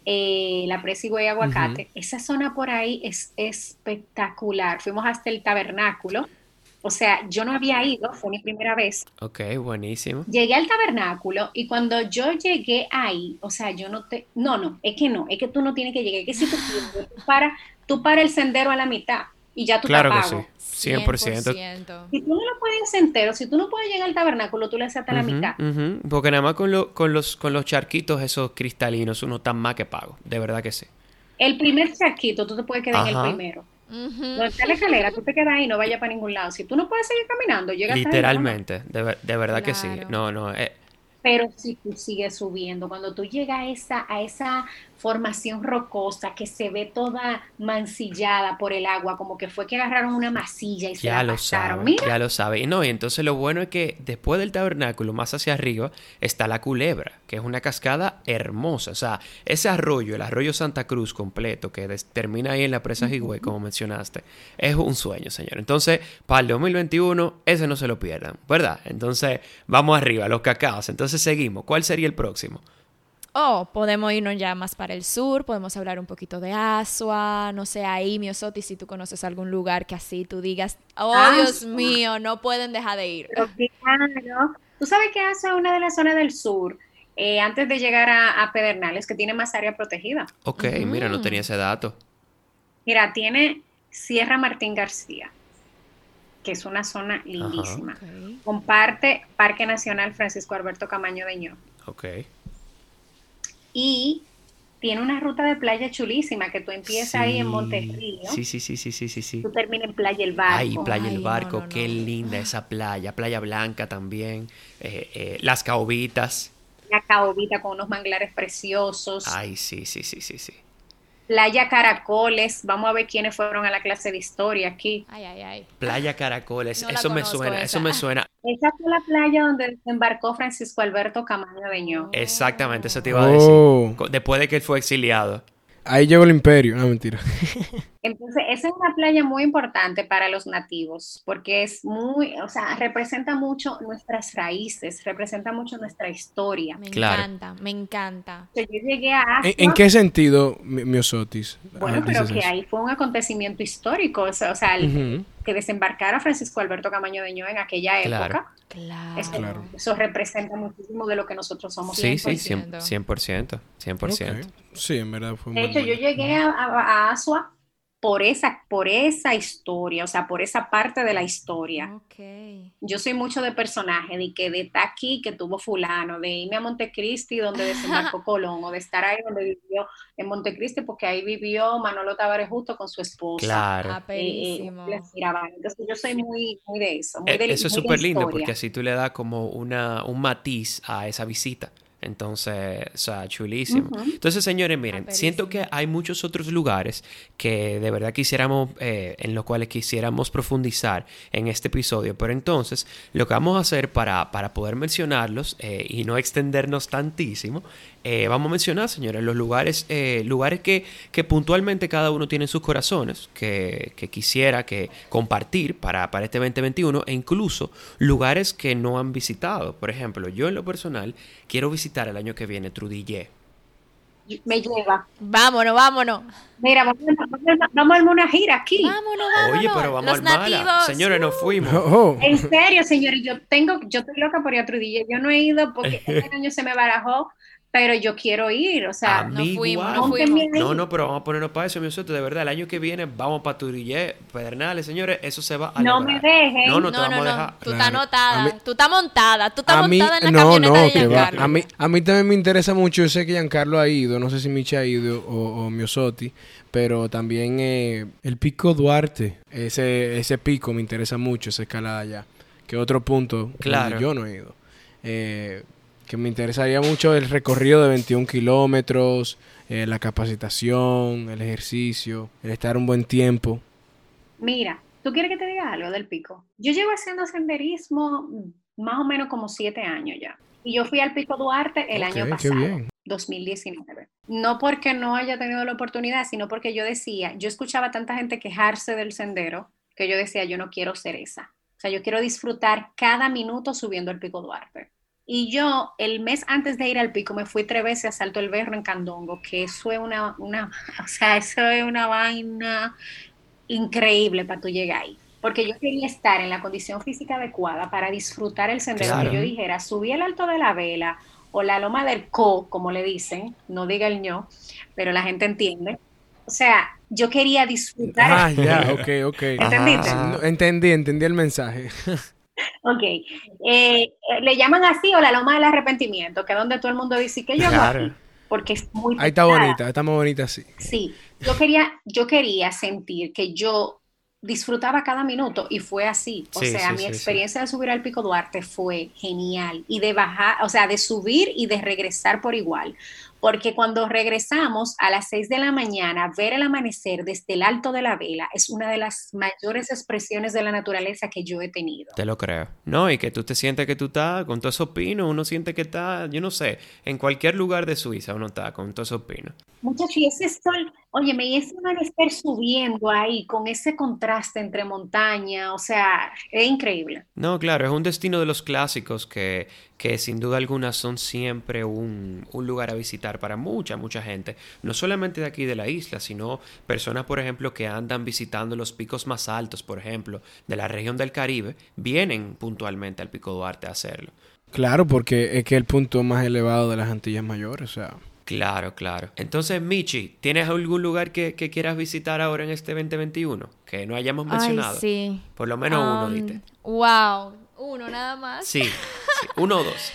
[SPEAKER 4] eh, la Presa Higüey Aguacate. Uh-huh. Esa zona por ahí es espectacular. Fuimos hasta el tabernáculo. O sea, yo no había ido, fue mi primera vez.
[SPEAKER 3] Ok, buenísimo.
[SPEAKER 4] Llegué al tabernáculo y cuando yo llegué ahí, o sea, yo no te... No, no, es que no, es que tú no tienes que llegar. Es que si tú quieres, tú para, tú para el sendero a la mitad y ya tú
[SPEAKER 3] claro
[SPEAKER 4] te pagas.
[SPEAKER 3] Claro que sí, cien por ciento.
[SPEAKER 4] Si tú no lo puedes entero, si tú no puedes llegar al tabernáculo, tú le haces hasta uh-huh, la mitad.
[SPEAKER 3] Uh-huh. Porque nada más con, lo, con, los, con los charquitos esos cristalinos uno está más que pago, de verdad que sí.
[SPEAKER 4] El primer charquito, tú te puedes quedar Ajá. en el primero. Uh-huh. Donde está la escalera, tú te quedas ahí, no vayas para ningún lado. Si tú no puedes seguir caminando, llegas
[SPEAKER 3] literalmente,
[SPEAKER 4] hasta ahí,
[SPEAKER 3] de, de verdad claro. que sí. No, no. Eh.
[SPEAKER 4] Pero si tú sigues subiendo, cuando tú llegas a esa, a esa formación rocosa que se ve toda mancillada por el agua, como que fue que agarraron una masilla y se
[SPEAKER 3] ya
[SPEAKER 4] la
[SPEAKER 3] lo
[SPEAKER 4] pasaron.
[SPEAKER 3] sabe,
[SPEAKER 4] Mira.
[SPEAKER 3] Ya lo sabe. Y no, y entonces lo bueno es que después del tabernáculo, más hacia arriba, está la Culebra, que es una cascada hermosa. O sea, ese arroyo, el arroyo Santa Cruz completo, que des- termina ahí en la presa Higüey, como mencionaste, es un sueño, señor. Entonces, para el dos mil veintiuno, ese no se lo pierdan, ¿verdad? Entonces, vamos arriba, los cacaos. Entonces, seguimos. ¿Cuál sería el próximo?
[SPEAKER 1] Oh, podemos irnos ya más para el sur, podemos hablar un poquito de Asua, no sé, ahí, Miosotis, si tú conoces algún lugar que así tú digas, oh, Asua. Dios mío, no pueden dejar de ir.
[SPEAKER 4] Pero claro, tú sabes que Asua es una de las zonas del sur, eh, antes de llegar a, a Pedernales, que tiene más área protegida.
[SPEAKER 3] Ok, uh-huh. Mira, no tenía ese dato.
[SPEAKER 4] Mira, tiene Sierra Martín García, que es una zona lindísima. Okay. Comparte Parque Nacional Francisco Alberto Camaño de Ño.
[SPEAKER 3] Ok.
[SPEAKER 4] Y tiene una ruta de playa chulísima que tú empiezas sí, ahí en Monterrío.
[SPEAKER 3] Sí, sí, sí, sí, sí, sí, sí.
[SPEAKER 4] Tú terminas en Playa El Barco.
[SPEAKER 3] Ay, Playa
[SPEAKER 1] Ay,
[SPEAKER 3] El Barco,
[SPEAKER 1] no, no,
[SPEAKER 3] qué
[SPEAKER 1] no.
[SPEAKER 3] linda esa playa. Playa Blanca también. Eh, eh, las Caobitas.
[SPEAKER 4] La Caobita con unos manglares preciosos.
[SPEAKER 3] Ay, sí, sí, sí, sí, sí.
[SPEAKER 4] Playa Caracoles, vamos a ver quiénes fueron a la clase de historia aquí.
[SPEAKER 1] Ay, ay, ay.
[SPEAKER 3] Playa Caracoles,
[SPEAKER 1] No
[SPEAKER 3] eso me suena,
[SPEAKER 1] esa.
[SPEAKER 3] eso me suena.
[SPEAKER 4] Esa fue la playa donde desembarcó Francisco Alberto Camaño de Ño.
[SPEAKER 3] Exactamente, eso te iba a
[SPEAKER 2] Oh.
[SPEAKER 3] decir. Después de que él fue exiliado.
[SPEAKER 2] Ahí llegó el imperio, no mentira.
[SPEAKER 4] Entonces, esa es una playa muy importante para los nativos, porque es muy, o sea, representa mucho nuestras raíces, representa mucho nuestra historia.
[SPEAKER 1] Me
[SPEAKER 3] Claro.
[SPEAKER 1] encanta, me encanta.
[SPEAKER 4] Yo llegué a Asua,
[SPEAKER 2] ¿En, en qué sentido, mi- Miosotis?
[SPEAKER 4] Bueno,
[SPEAKER 2] Ah,
[SPEAKER 4] pero
[SPEAKER 2] dices
[SPEAKER 4] que
[SPEAKER 2] eso?
[SPEAKER 4] ahí fue un acontecimiento histórico, o sea, o sea, el-
[SPEAKER 2] Ujú.
[SPEAKER 4] que desembarcara Francisco Alberto Camaño de Ño en aquella
[SPEAKER 3] Claro.
[SPEAKER 4] época,
[SPEAKER 1] Claro.
[SPEAKER 4] eso,
[SPEAKER 2] Claro.
[SPEAKER 4] eso representa muchísimo de lo que nosotros somos.
[SPEAKER 3] Sí, sí,
[SPEAKER 1] cien por ciento.
[SPEAKER 3] cien por ciento. cien por ciento.
[SPEAKER 2] Ok. Sí, en verdad fue
[SPEAKER 4] De
[SPEAKER 2] muy
[SPEAKER 4] hecho, yo
[SPEAKER 2] bueno.
[SPEAKER 4] llegué a, a, a Asua por esa, por esa historia, o sea, por esa parte de la historia.
[SPEAKER 1] Ok.
[SPEAKER 4] Yo soy mucho de personaje, de que de estar aquí que tuvo fulano, de irme a Montecristi donde desembarcó Colón, o de estar ahí donde vivió en Montecristi, porque ahí vivió Manolo Tavares Justo con su esposa.
[SPEAKER 3] Claro.
[SPEAKER 1] Ah,
[SPEAKER 4] Eh, eh,
[SPEAKER 1] perísimo.
[SPEAKER 4] les miraba. Entonces yo soy muy, muy de eso. Muy
[SPEAKER 3] Eh,
[SPEAKER 4] de,
[SPEAKER 3] Eso es
[SPEAKER 4] muy de
[SPEAKER 3] súper lindo
[SPEAKER 4] historia.
[SPEAKER 3] porque así tú le das como una, un matiz a esa visita. Entonces, o sea, chulísimo.
[SPEAKER 4] Ujú.
[SPEAKER 3] Entonces, señores, miren,
[SPEAKER 1] Ah,
[SPEAKER 3] siento que
[SPEAKER 1] perísimo.
[SPEAKER 3] hay muchos otros lugares que de verdad quisiéramos, eh, en los cuales quisiéramos profundizar en este episodio. Pero entonces, lo que vamos a hacer para, para poder mencionarlos eh, y no extendernos tantísimo, eh, vamos a mencionar, señores, los lugares, eh, lugares que, que puntualmente cada uno tiene en sus corazones, que, que quisiera que compartir para, para este veinte veintiuno, e incluso lugares que no han visitado. Por ejemplo, yo en lo personal quiero visitar el año que viene Trudillé.
[SPEAKER 4] Me lleva.
[SPEAKER 1] Vámonos, vámonos.
[SPEAKER 4] Mira, vamos, vamos, vamos a armar una gira aquí.
[SPEAKER 1] Vámonos, vámonos.
[SPEAKER 3] Oye, pero vamos
[SPEAKER 1] Los
[SPEAKER 3] al mala.
[SPEAKER 1] nativos.
[SPEAKER 3] Señores, nos fuimos.
[SPEAKER 2] Oh, oh.
[SPEAKER 4] En serio, señores, yo tengo, yo estoy loca por ir a Trudilla. Yo no he ido porque este año se me barajó, pero yo quiero ir, o sea,
[SPEAKER 3] A mí
[SPEAKER 1] Nos fuimos,
[SPEAKER 3] igual.
[SPEAKER 1] nos
[SPEAKER 4] pónganme
[SPEAKER 1] fuimos.
[SPEAKER 4] ahí.
[SPEAKER 3] No, no, pero vamos a ponernos para eso, mi socio. De verdad, el año que viene vamos para Trudillé, Pedernales, señores. Eso se va a
[SPEAKER 4] No
[SPEAKER 3] lograr.
[SPEAKER 4] me dejen.
[SPEAKER 3] No, no te
[SPEAKER 1] No,
[SPEAKER 3] vamos
[SPEAKER 1] no,
[SPEAKER 3] a
[SPEAKER 1] no.
[SPEAKER 3] dejar.
[SPEAKER 1] Tú estás
[SPEAKER 2] Claro.
[SPEAKER 1] anotada.
[SPEAKER 2] A mí-
[SPEAKER 1] Tú estás montada. Tú estás
[SPEAKER 2] A mí,
[SPEAKER 1] montada en la
[SPEAKER 2] no,
[SPEAKER 1] camioneta
[SPEAKER 2] no,
[SPEAKER 1] de
[SPEAKER 2] que va.
[SPEAKER 1] Giancarlo.
[SPEAKER 2] A mí, a mí también me interesa mucho. Yo sé que Giancarlo ha ido, no sé si Micha ha ido o, o Miosotti, pero también eh, el Pico Duarte, ese, ese pico me interesa mucho, esa escalada allá. Que otro punto
[SPEAKER 3] Claro.
[SPEAKER 2] donde yo no he ido. Eh, que me interesaría mucho el recorrido de veintiún kilómetros, eh, la capacitación, el ejercicio, el estar un buen tiempo.
[SPEAKER 4] Mira, ¿tú quieres que te diga algo del pico? Yo llevo haciendo senderismo más o menos como siete años ya. Y yo fui al Pico Duarte el
[SPEAKER 2] Ok,
[SPEAKER 4] año
[SPEAKER 2] qué
[SPEAKER 4] pasado,
[SPEAKER 2] bien.
[SPEAKER 4] dos mil diecinueve. No porque no haya tenido la oportunidad, sino porque yo decía, yo escuchaba a tanta gente quejarse del sendero, que yo decía, yo no quiero ser esa. O sea, yo quiero disfrutar cada minuto subiendo el Pico Duarte. Y yo, el mes antes de ir al pico, me fui tres veces a Salto el Berro en Candongo, que eso es una, una, o sea, eso es una vaina increíble para tú llegar ahí. Porque yo quería estar en la condición física adecuada para disfrutar el sendero que
[SPEAKER 3] Claro.
[SPEAKER 4] yo
[SPEAKER 2] Ujú.
[SPEAKER 4] dijera, subí el Alto de la Vela o la Loma del Co, como le dicen, no diga el ño, pero la gente entiende. O sea, yo quería disfrutar,
[SPEAKER 2] Ah, ya, ok, ok.
[SPEAKER 3] Ajá,
[SPEAKER 2] Sí,
[SPEAKER 4] ¿entendiste?
[SPEAKER 2] no,
[SPEAKER 3] ajá.
[SPEAKER 2] entendí, entendí el mensaje.
[SPEAKER 4] Ok, eh, eh, le llaman así o la Loma del Arrepentimiento, que es donde todo el mundo dice, ¿qué yo hago
[SPEAKER 3] Claro.
[SPEAKER 4] aquí? Porque es muy
[SPEAKER 2] Ahí está
[SPEAKER 4] pesada.
[SPEAKER 2] bonita, está más bonita así.
[SPEAKER 4] Sí, yo quería, yo quería sentir que yo disfrutaba cada minuto y fue así. O
[SPEAKER 3] Sí,
[SPEAKER 4] sea,
[SPEAKER 3] sí,
[SPEAKER 4] mi
[SPEAKER 3] sí, sí.
[SPEAKER 4] experiencia de subir al Pico Duarte fue genial y de bajar, o sea, de subir y de regresar por igual. Porque cuando regresamos a las seis de la mañana, ver el amanecer desde el Alto de la Vela es una de las mayores expresiones de la naturaleza que yo he tenido.
[SPEAKER 3] Te lo creo. No, y que tú te sientes que tú estás con todos esos pinos, uno siente que está, yo no sé, en cualquier lugar de Suiza uno está con todos esos pinos.
[SPEAKER 4] Muchachos, y ese sol, óyeme, y ese amanecer subiendo ahí con ese contraste entre montaña, o sea, es increíble.
[SPEAKER 3] No, claro, es un destino de los clásicos que, que sin duda alguna son siempre un, un lugar a visitar para mucha, mucha gente. No solamente de aquí de la isla, sino personas, por ejemplo, que andan visitando los picos más altos, por ejemplo, de la región del Caribe, vienen puntualmente al Pico Duarte a hacerlo.
[SPEAKER 2] Claro, porque es que el punto más elevado de las Antillas Mayores, o sea.
[SPEAKER 3] Claro, claro. Entonces, Michi, ¿tienes algún lugar que, que quieras visitar ahora en este dos mil veintiuno que no hayamos
[SPEAKER 1] Ay,
[SPEAKER 3] mencionado?
[SPEAKER 1] sí.
[SPEAKER 3] Por lo menos uno, dite.
[SPEAKER 1] Um, wow. Uno nada más.
[SPEAKER 3] Sí, sí, uno o dos.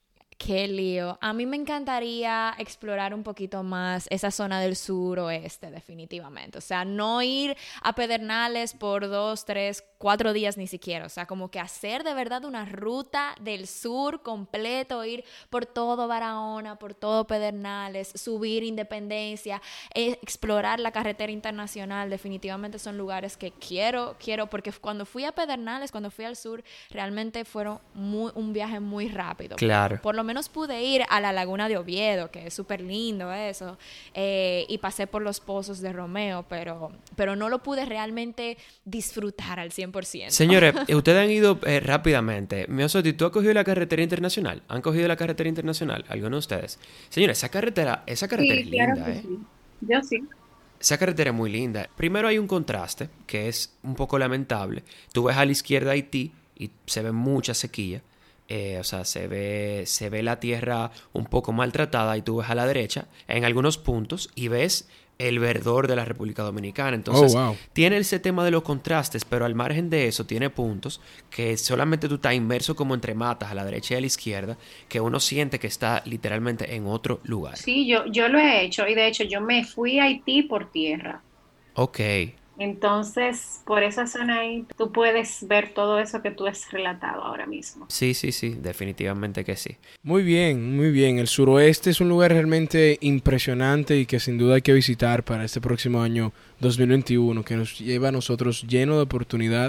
[SPEAKER 1] Qué lío. A mí me encantaría explorar un poquito más esa zona del suroeste, definitivamente. O sea, no ir a Pedernales por dos, tres, cuatro días ni siquiera. O sea, como que hacer de verdad una ruta del sur completo, ir por todo Barahona, por todo Pedernales, subir Independencia, eh, explorar la carretera internacional. Definitivamente son lugares que quiero, quiero, porque cuando fui a Pedernales, cuando fui al sur, realmente fueron muy, un viaje muy rápido.
[SPEAKER 3] Claro.
[SPEAKER 1] Por lo menos pude ir a la laguna de Oviedo, que es súper lindo eso, eh, y pasé por los pozos de Romeo, pero, pero no lo pude realmente disfrutar al cien por ciento.
[SPEAKER 3] Señores, ustedes han ido eh, rápidamente. Miosotti, ¿tú has cogido la carretera internacional? ¿Han cogido la carretera internacional? ¿Alguno de ustedes? Señores, esa carretera, esa carretera es
[SPEAKER 4] Sí, claro
[SPEAKER 3] linda,
[SPEAKER 4] que
[SPEAKER 3] ¿eh?
[SPEAKER 4] sí. Yo sí.
[SPEAKER 3] Esa carretera es muy linda. Primero hay un contraste que es un poco lamentable. Tú ves a la izquierda Haití y se ve mucha sequía. Eh, o sea, se ve, se ve la tierra un poco maltratada y tú ves a la derecha en algunos puntos y ves el verdor de la República Dominicana.
[SPEAKER 2] Oh,
[SPEAKER 3] Entonces,
[SPEAKER 2] wow.
[SPEAKER 3] tiene ese tema de los contrastes, pero al margen de eso tiene puntos que solamente tú estás inmerso como entre matas a la derecha y a la izquierda, que uno siente que está literalmente en otro lugar.
[SPEAKER 4] Sí, yo, yo lo he hecho y de hecho yo me fui a Haití por tierra.
[SPEAKER 3] Ok.
[SPEAKER 4] Entonces, por esa zona ahí, tú puedes ver todo eso que tú has relatado ahora mismo.
[SPEAKER 3] Sí, sí, sí, definitivamente que sí.
[SPEAKER 2] Muy bien, muy bien. El suroeste es un lugar realmente impresionante y que sin duda hay que visitar para este próximo año dos mil veintiuno, que nos lleva a nosotros lleno de oportunidad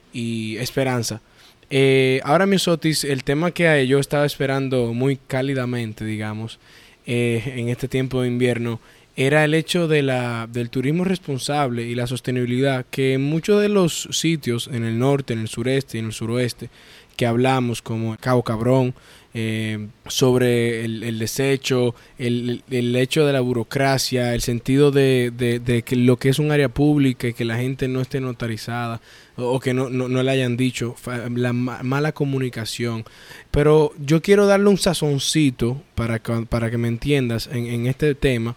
[SPEAKER 2] y esperanza. Eh, ahora, mi Sotis, el tema que yo estaba esperando muy cálidamente, digamos, eh, en este tiempo de invierno, era el hecho de la, del turismo responsable y la sostenibilidad, que en muchos de los sitios, en el norte, en el sureste y en el suroeste, que hablamos, como Cabo Cabrón, eh, sobre el, el desecho, el, el hecho de la burocracia, el sentido de, de, de que lo que es un área pública y que la gente no esté notarizada o, o que no, no, no le hayan dicho, la ma mala comunicación. Pero yo quiero darle un sazoncito para que, para que me entiendas en, en este tema,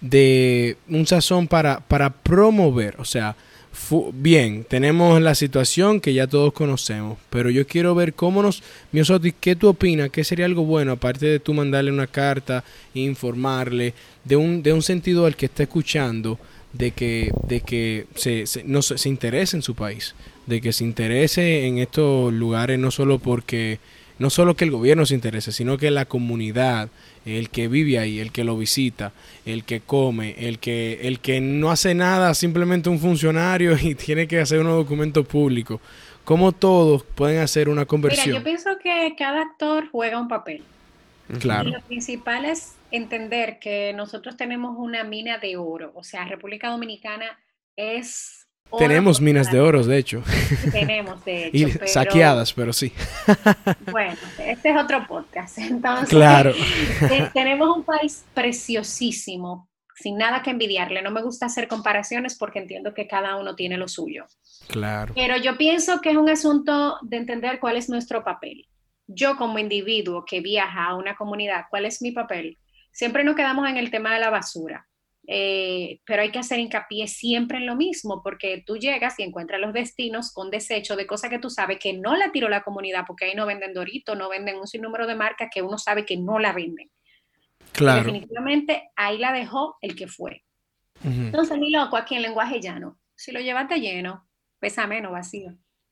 [SPEAKER 2] de un sazón para, para promover, o sea, bien, tenemos la situación que ya todos conocemos, pero yo quiero ver cómo nos... Miosotis, ¿qué tú opinas? ¿Qué sería algo bueno, aparte de tú mandarle una carta e informarle de un, de un sentido al que está escuchando, de que, de que se, se, no, se, se interese en su país, de que se interese en estos lugares, no solo porque... No solo que el gobierno se interese, sino que la comunidad, el que vive ahí, el que lo visita, el que come, el que, el que no hace nada, simplemente un funcionario y tiene que hacer unos documentos públicos. Cómo todos pueden hacer una
[SPEAKER 4] Mira,
[SPEAKER 2] conversión.
[SPEAKER 4] yo pienso que cada actor juega un papel. Y
[SPEAKER 2] Claro.
[SPEAKER 4] lo principal es entender que nosotros tenemos una mina de oro. O sea, República Dominicana es oro
[SPEAKER 2] Tenemos
[SPEAKER 4] por
[SPEAKER 2] minas de
[SPEAKER 4] cada-
[SPEAKER 2] oro, de hecho.
[SPEAKER 4] Tenemos, de
[SPEAKER 2] Y
[SPEAKER 4] hecho, pero
[SPEAKER 2] saqueadas, pero sí.
[SPEAKER 4] bueno, este es otro podcast. Entonces,
[SPEAKER 2] Claro.
[SPEAKER 4] te- tenemos un país preciosísimo, sin nada que envidiarle. No me gusta hacer comparaciones porque entiendo que cada uno tiene lo suyo.
[SPEAKER 2] Claro.
[SPEAKER 4] Pero yo pienso que es un asunto de entender cuál es nuestro papel. Yo como individuo que viaja a una comunidad, ¿cuál es mi papel? Siempre nos quedamos en el tema de la basura, eh, pero hay que hacer hincapié siempre en lo mismo, porque tú llegas y encuentras los destinos con desecho de cosas que tú sabes que no la tiró la comunidad, porque ahí no venden Dorito, no venden un sinnúmero de marcas que uno sabe que no la venden. Y
[SPEAKER 2] Claro.
[SPEAKER 4] definitivamente ahí la dejó el que fue.
[SPEAKER 2] Ujú.
[SPEAKER 4] Entonces, mi loco, aquí en lenguaje llano, si lo llevaste lleno, pesa menos vacío.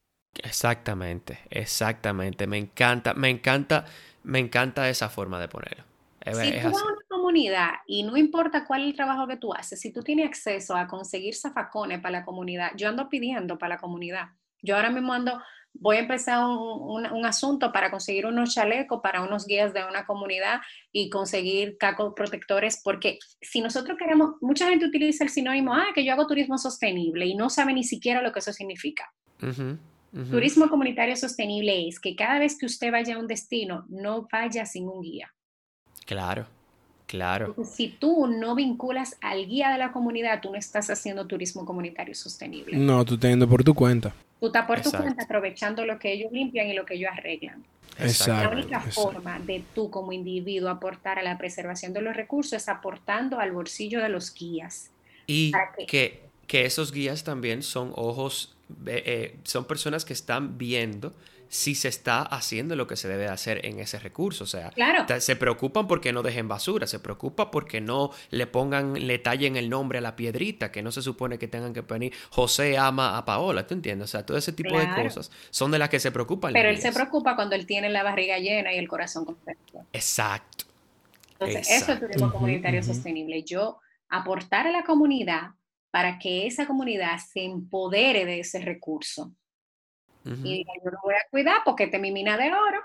[SPEAKER 3] Exactamente, exactamente. Me encanta, me encanta, me encanta esa forma de ponerlo. Es,
[SPEAKER 4] Si
[SPEAKER 3] es
[SPEAKER 4] tú vas a
[SPEAKER 3] así.
[SPEAKER 4] una comunidad y no importa cuál es el trabajo que tú haces, si tú tienes acceso a conseguir zafacones para la comunidad, yo ando pidiendo para la comunidad. Yo ahora mismo ando, voy a empezar un, un- un asunto para conseguir unos chalecos para unos guías de una comunidad y conseguir cacos protectores, porque si nosotros queremos, mucha gente utiliza el sinónimo, ah, que yo hago turismo sostenible y no sabe ni siquiera lo que eso significa.
[SPEAKER 3] Ujú, ujú.
[SPEAKER 4] Turismo comunitario sostenible es que cada vez que usted vaya a un destino, no vaya sin un guía.
[SPEAKER 3] Claro, claro.
[SPEAKER 4] Porque si tú no vinculas al guía de la comunidad, tú no estás haciendo turismo comunitario sostenible.
[SPEAKER 2] No, tú estás yendo por tu cuenta.
[SPEAKER 4] Tú estás por tu
[SPEAKER 3] Exacto.
[SPEAKER 4] cuenta aprovechando lo que ellos limpian y lo que ellos arreglan. La
[SPEAKER 2] Exacto.
[SPEAKER 4] única
[SPEAKER 2] exacto.
[SPEAKER 4] forma de tú como individuo aportar a la preservación de los recursos es aportando al bolsillo de los guías.
[SPEAKER 3] Y
[SPEAKER 4] ¿Para qué?
[SPEAKER 3] que, que esos guías también son ojos, eh, eh, son personas que están viendo si se está haciendo lo que se debe hacer en ese recurso. O sea,
[SPEAKER 4] Claro.
[SPEAKER 3] ta- se preocupan porque no dejen basura, se preocupan porque no le pongan, le tallen el nombre a la piedrita, que no se supone que tengan que poner José ama a Paola, ¿tú entiendes? O sea, todo ese tipo de
[SPEAKER 4] Claro.
[SPEAKER 3] cosas son de las que se preocupan los
[SPEAKER 4] Pero él se
[SPEAKER 3] guías.
[SPEAKER 4] preocupa cuando él tiene la barriga llena y el corazón contento.
[SPEAKER 3] Exacto.
[SPEAKER 4] Entonces, eso es
[SPEAKER 3] Exacto.
[SPEAKER 4] turismo
[SPEAKER 2] Ujú,
[SPEAKER 4] comunitario
[SPEAKER 2] ujú.
[SPEAKER 4] sostenible. Yo aportar a la comunidad para que esa comunidad se empodere de ese recurso.
[SPEAKER 3] Ujú.
[SPEAKER 4] Y diga, yo lo voy a cuidar porque esta es mi mina de oro.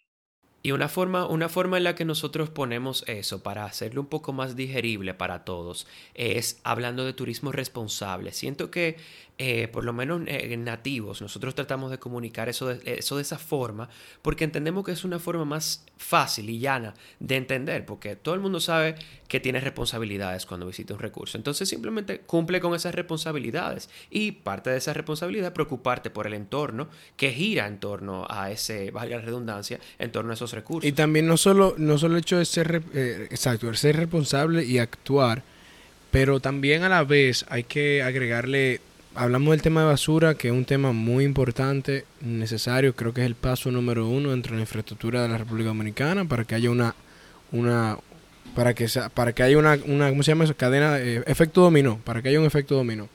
[SPEAKER 3] Y una forma, una forma en la que nosotros ponemos eso para hacerlo un poco más digerible para todos es hablando de turismo responsable. Siento que eh, por lo menos eh, nativos nosotros tratamos de comunicar eso de, eso de esa forma porque entendemos que es una forma más fácil y llana de entender porque todo el mundo sabe que tiene responsabilidades cuando visita un recurso. Entonces simplemente cumple con esas responsabilidades y parte de esa responsabilidad es preocuparte por el entorno que gira en torno a ese, valga la redundancia, en torno a esos recursos.
[SPEAKER 2] Y también no solo, no solo el hecho de ser, re- eh, exacto, el ser responsable y actuar, pero también a la vez hay que agregarle, hablamos del tema de basura, que es un tema muy importante, necesario, creo que es el paso número uno dentro de la infraestructura de la República Dominicana para que haya una, una, para que sea, para que haya una, una, ¿cómo se llama eso? Cadena, eh, efecto dominó, para que haya un efecto dominó.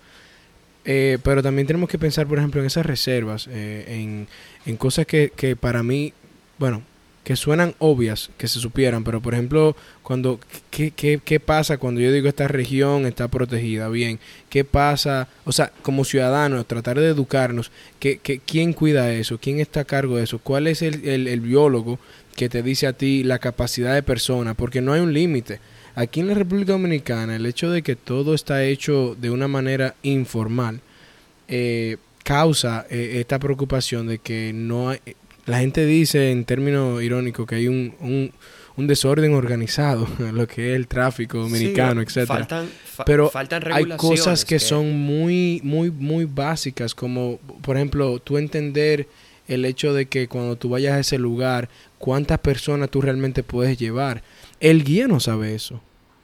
[SPEAKER 2] Eh, pero también tenemos que pensar, por ejemplo, en esas reservas, eh, en, en cosas que, que para mí, bueno, que suenan obvias, que se supieran, pero por ejemplo, cuando ¿qué, qué, qué pasa cuando yo digo esta región está protegida? Bien, ¿qué pasa? O sea, como ciudadanos, tratar de educarnos, que, que, ¿quién cuida eso? ¿Quién está a cargo de eso? ¿Cuál es el, el, el biólogo que te dice a ti la capacidad de persona? Porque no hay un límite. Aquí en la República Dominicana, el hecho de que todo está hecho de una manera informal eh, causa eh, esta preocupación de que no hay... La gente dice en términos irónicos que hay un, un, un desorden organizado, lo que es el tráfico dominicano,
[SPEAKER 3] Sí,
[SPEAKER 2] etcétera.
[SPEAKER 3] Faltan, fa-
[SPEAKER 2] Pero
[SPEAKER 3] faltan
[SPEAKER 2] hay
[SPEAKER 3] regulaciones
[SPEAKER 2] cosas que, son muy, muy, muy básicas, como por ejemplo, tú entender el hecho de que cuando tú vayas a ese lugar, cuántas personas tú realmente puedes llevar. El guía no sabe eso.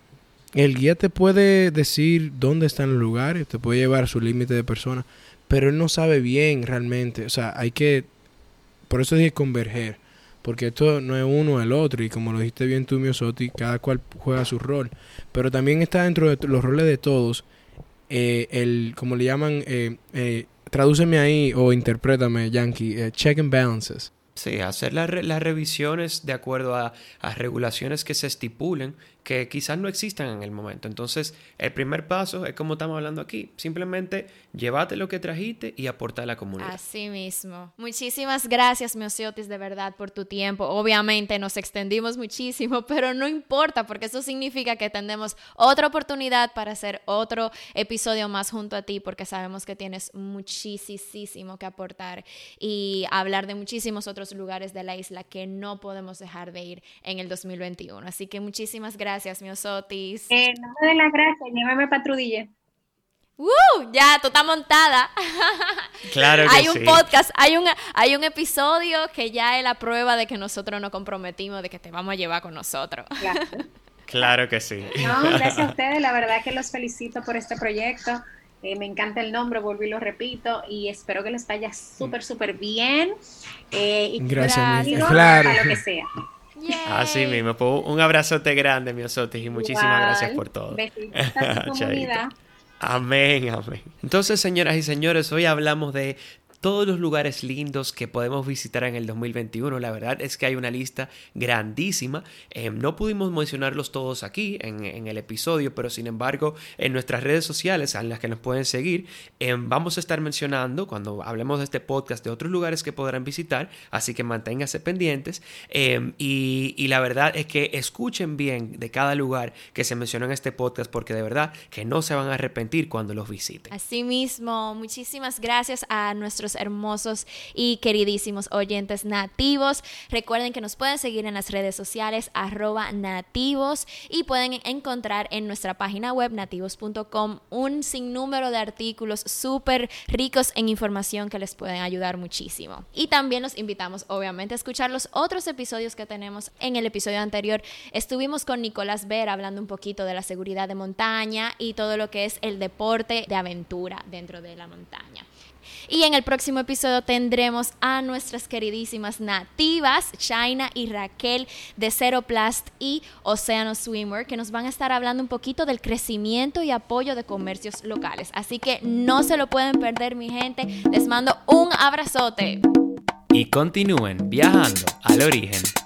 [SPEAKER 2] El guía te puede decir dónde están los lugares, te puede llevar a su límite de personas, pero él no sabe bien realmente. O sea, hay que... Por eso dije converger, porque esto no es uno el otro, y como lo dijiste bien tú, Miosotti, cada cual juega su rol. Pero también está dentro de los roles de todos, eh, el, como le llaman, eh, eh, tradúceme ahí o interprétame, Yankee, eh, check and balances.
[SPEAKER 3] Sí, hacer la re- las revisiones de acuerdo a, a regulaciones que se estipulen que quizás no existan en el momento. Entonces, el primer paso es como estamos hablando aquí. Simplemente llévate lo que trajiste y aporta a la comunidad.
[SPEAKER 1] Así mismo. Muchísimas gracias, Miociotis, de verdad, por tu tiempo. Obviamente nos extendimos muchísimo, pero no importa, porque eso significa que tendremos otra oportunidad para hacer otro episodio más junto a ti, porque sabemos que tienes muchísimo que aportar y hablar de muchísimos otros lugares de la isla que no podemos dejar de ir en el dos mil veintiuno. Así que muchísimas gracias. Gracias, Miociotis.
[SPEAKER 4] Eh, no me den las gracias, llévame para Trudille.
[SPEAKER 1] ¡Uh! Ya, tú estás montada.
[SPEAKER 3] Claro que
[SPEAKER 1] hay un
[SPEAKER 3] sí.
[SPEAKER 1] podcast, hay un, hay un episodio que ya es la prueba de que nosotros nos comprometimos, de que te vamos a llevar con nosotros.
[SPEAKER 4] Claro.
[SPEAKER 3] Claro que sí.
[SPEAKER 4] No, gracias a ustedes, la verdad que los felicito por este proyecto. Eh, me encanta el nombre, vuelvo y lo repito, y espero que les vaya súper, súper bien. Eh, y
[SPEAKER 2] gracias,
[SPEAKER 4] digo,
[SPEAKER 2] claro.
[SPEAKER 4] para lo que sea.
[SPEAKER 1] Yay.
[SPEAKER 3] Así mismo. Pues, un abrazote grande, Miociotis, y muchísimas
[SPEAKER 4] Igual,
[SPEAKER 3] gracias por todo.
[SPEAKER 4] besitos a tu comunidad.
[SPEAKER 3] Amén, amén. Entonces, señoras y señores, hoy hablamos de todos los lugares lindos que podemos visitar en el dos mil veintiuno. La verdad es que hay una lista grandísima. Eh, no pudimos mencionarlos todos aquí en, en el episodio, pero sin embargo en nuestras redes sociales en las que nos pueden seguir, eh, vamos a estar mencionando cuando hablemos de este podcast de otros lugares que podrán visitar, así que manténganse pendientes. Eh, y, y la verdad es que escuchen bien de cada lugar que se mencionó en este podcast, porque de verdad que no se van a arrepentir cuando los visiten.
[SPEAKER 1] Así mismo, muchísimas gracias a nuestros hermosos y queridísimos oyentes nativos. Recuerden que nos pueden seguir en las redes sociales arroba nativos y pueden encontrar en nuestra página web nativos punto com un sinnúmero de artículos súper ricos en información que les pueden ayudar muchísimo. Y también los invitamos obviamente a escuchar los otros episodios que tenemos. En el episodio anterior estuvimos con Nicolás Vera hablando un poquito de la seguridad de montaña y todo lo que es el deporte de aventura dentro de la montaña. Y en el próximo episodio tendremos a nuestras queridísimas nativas, Shaina y Raquel de Zero Plast y Océano Swimwear, que nos van a estar hablando un poquito del crecimiento y apoyo de comercios locales. Así que no se lo pueden perder, mi gente. Les mando un abrazote.
[SPEAKER 3] Y continúen viajando al origen.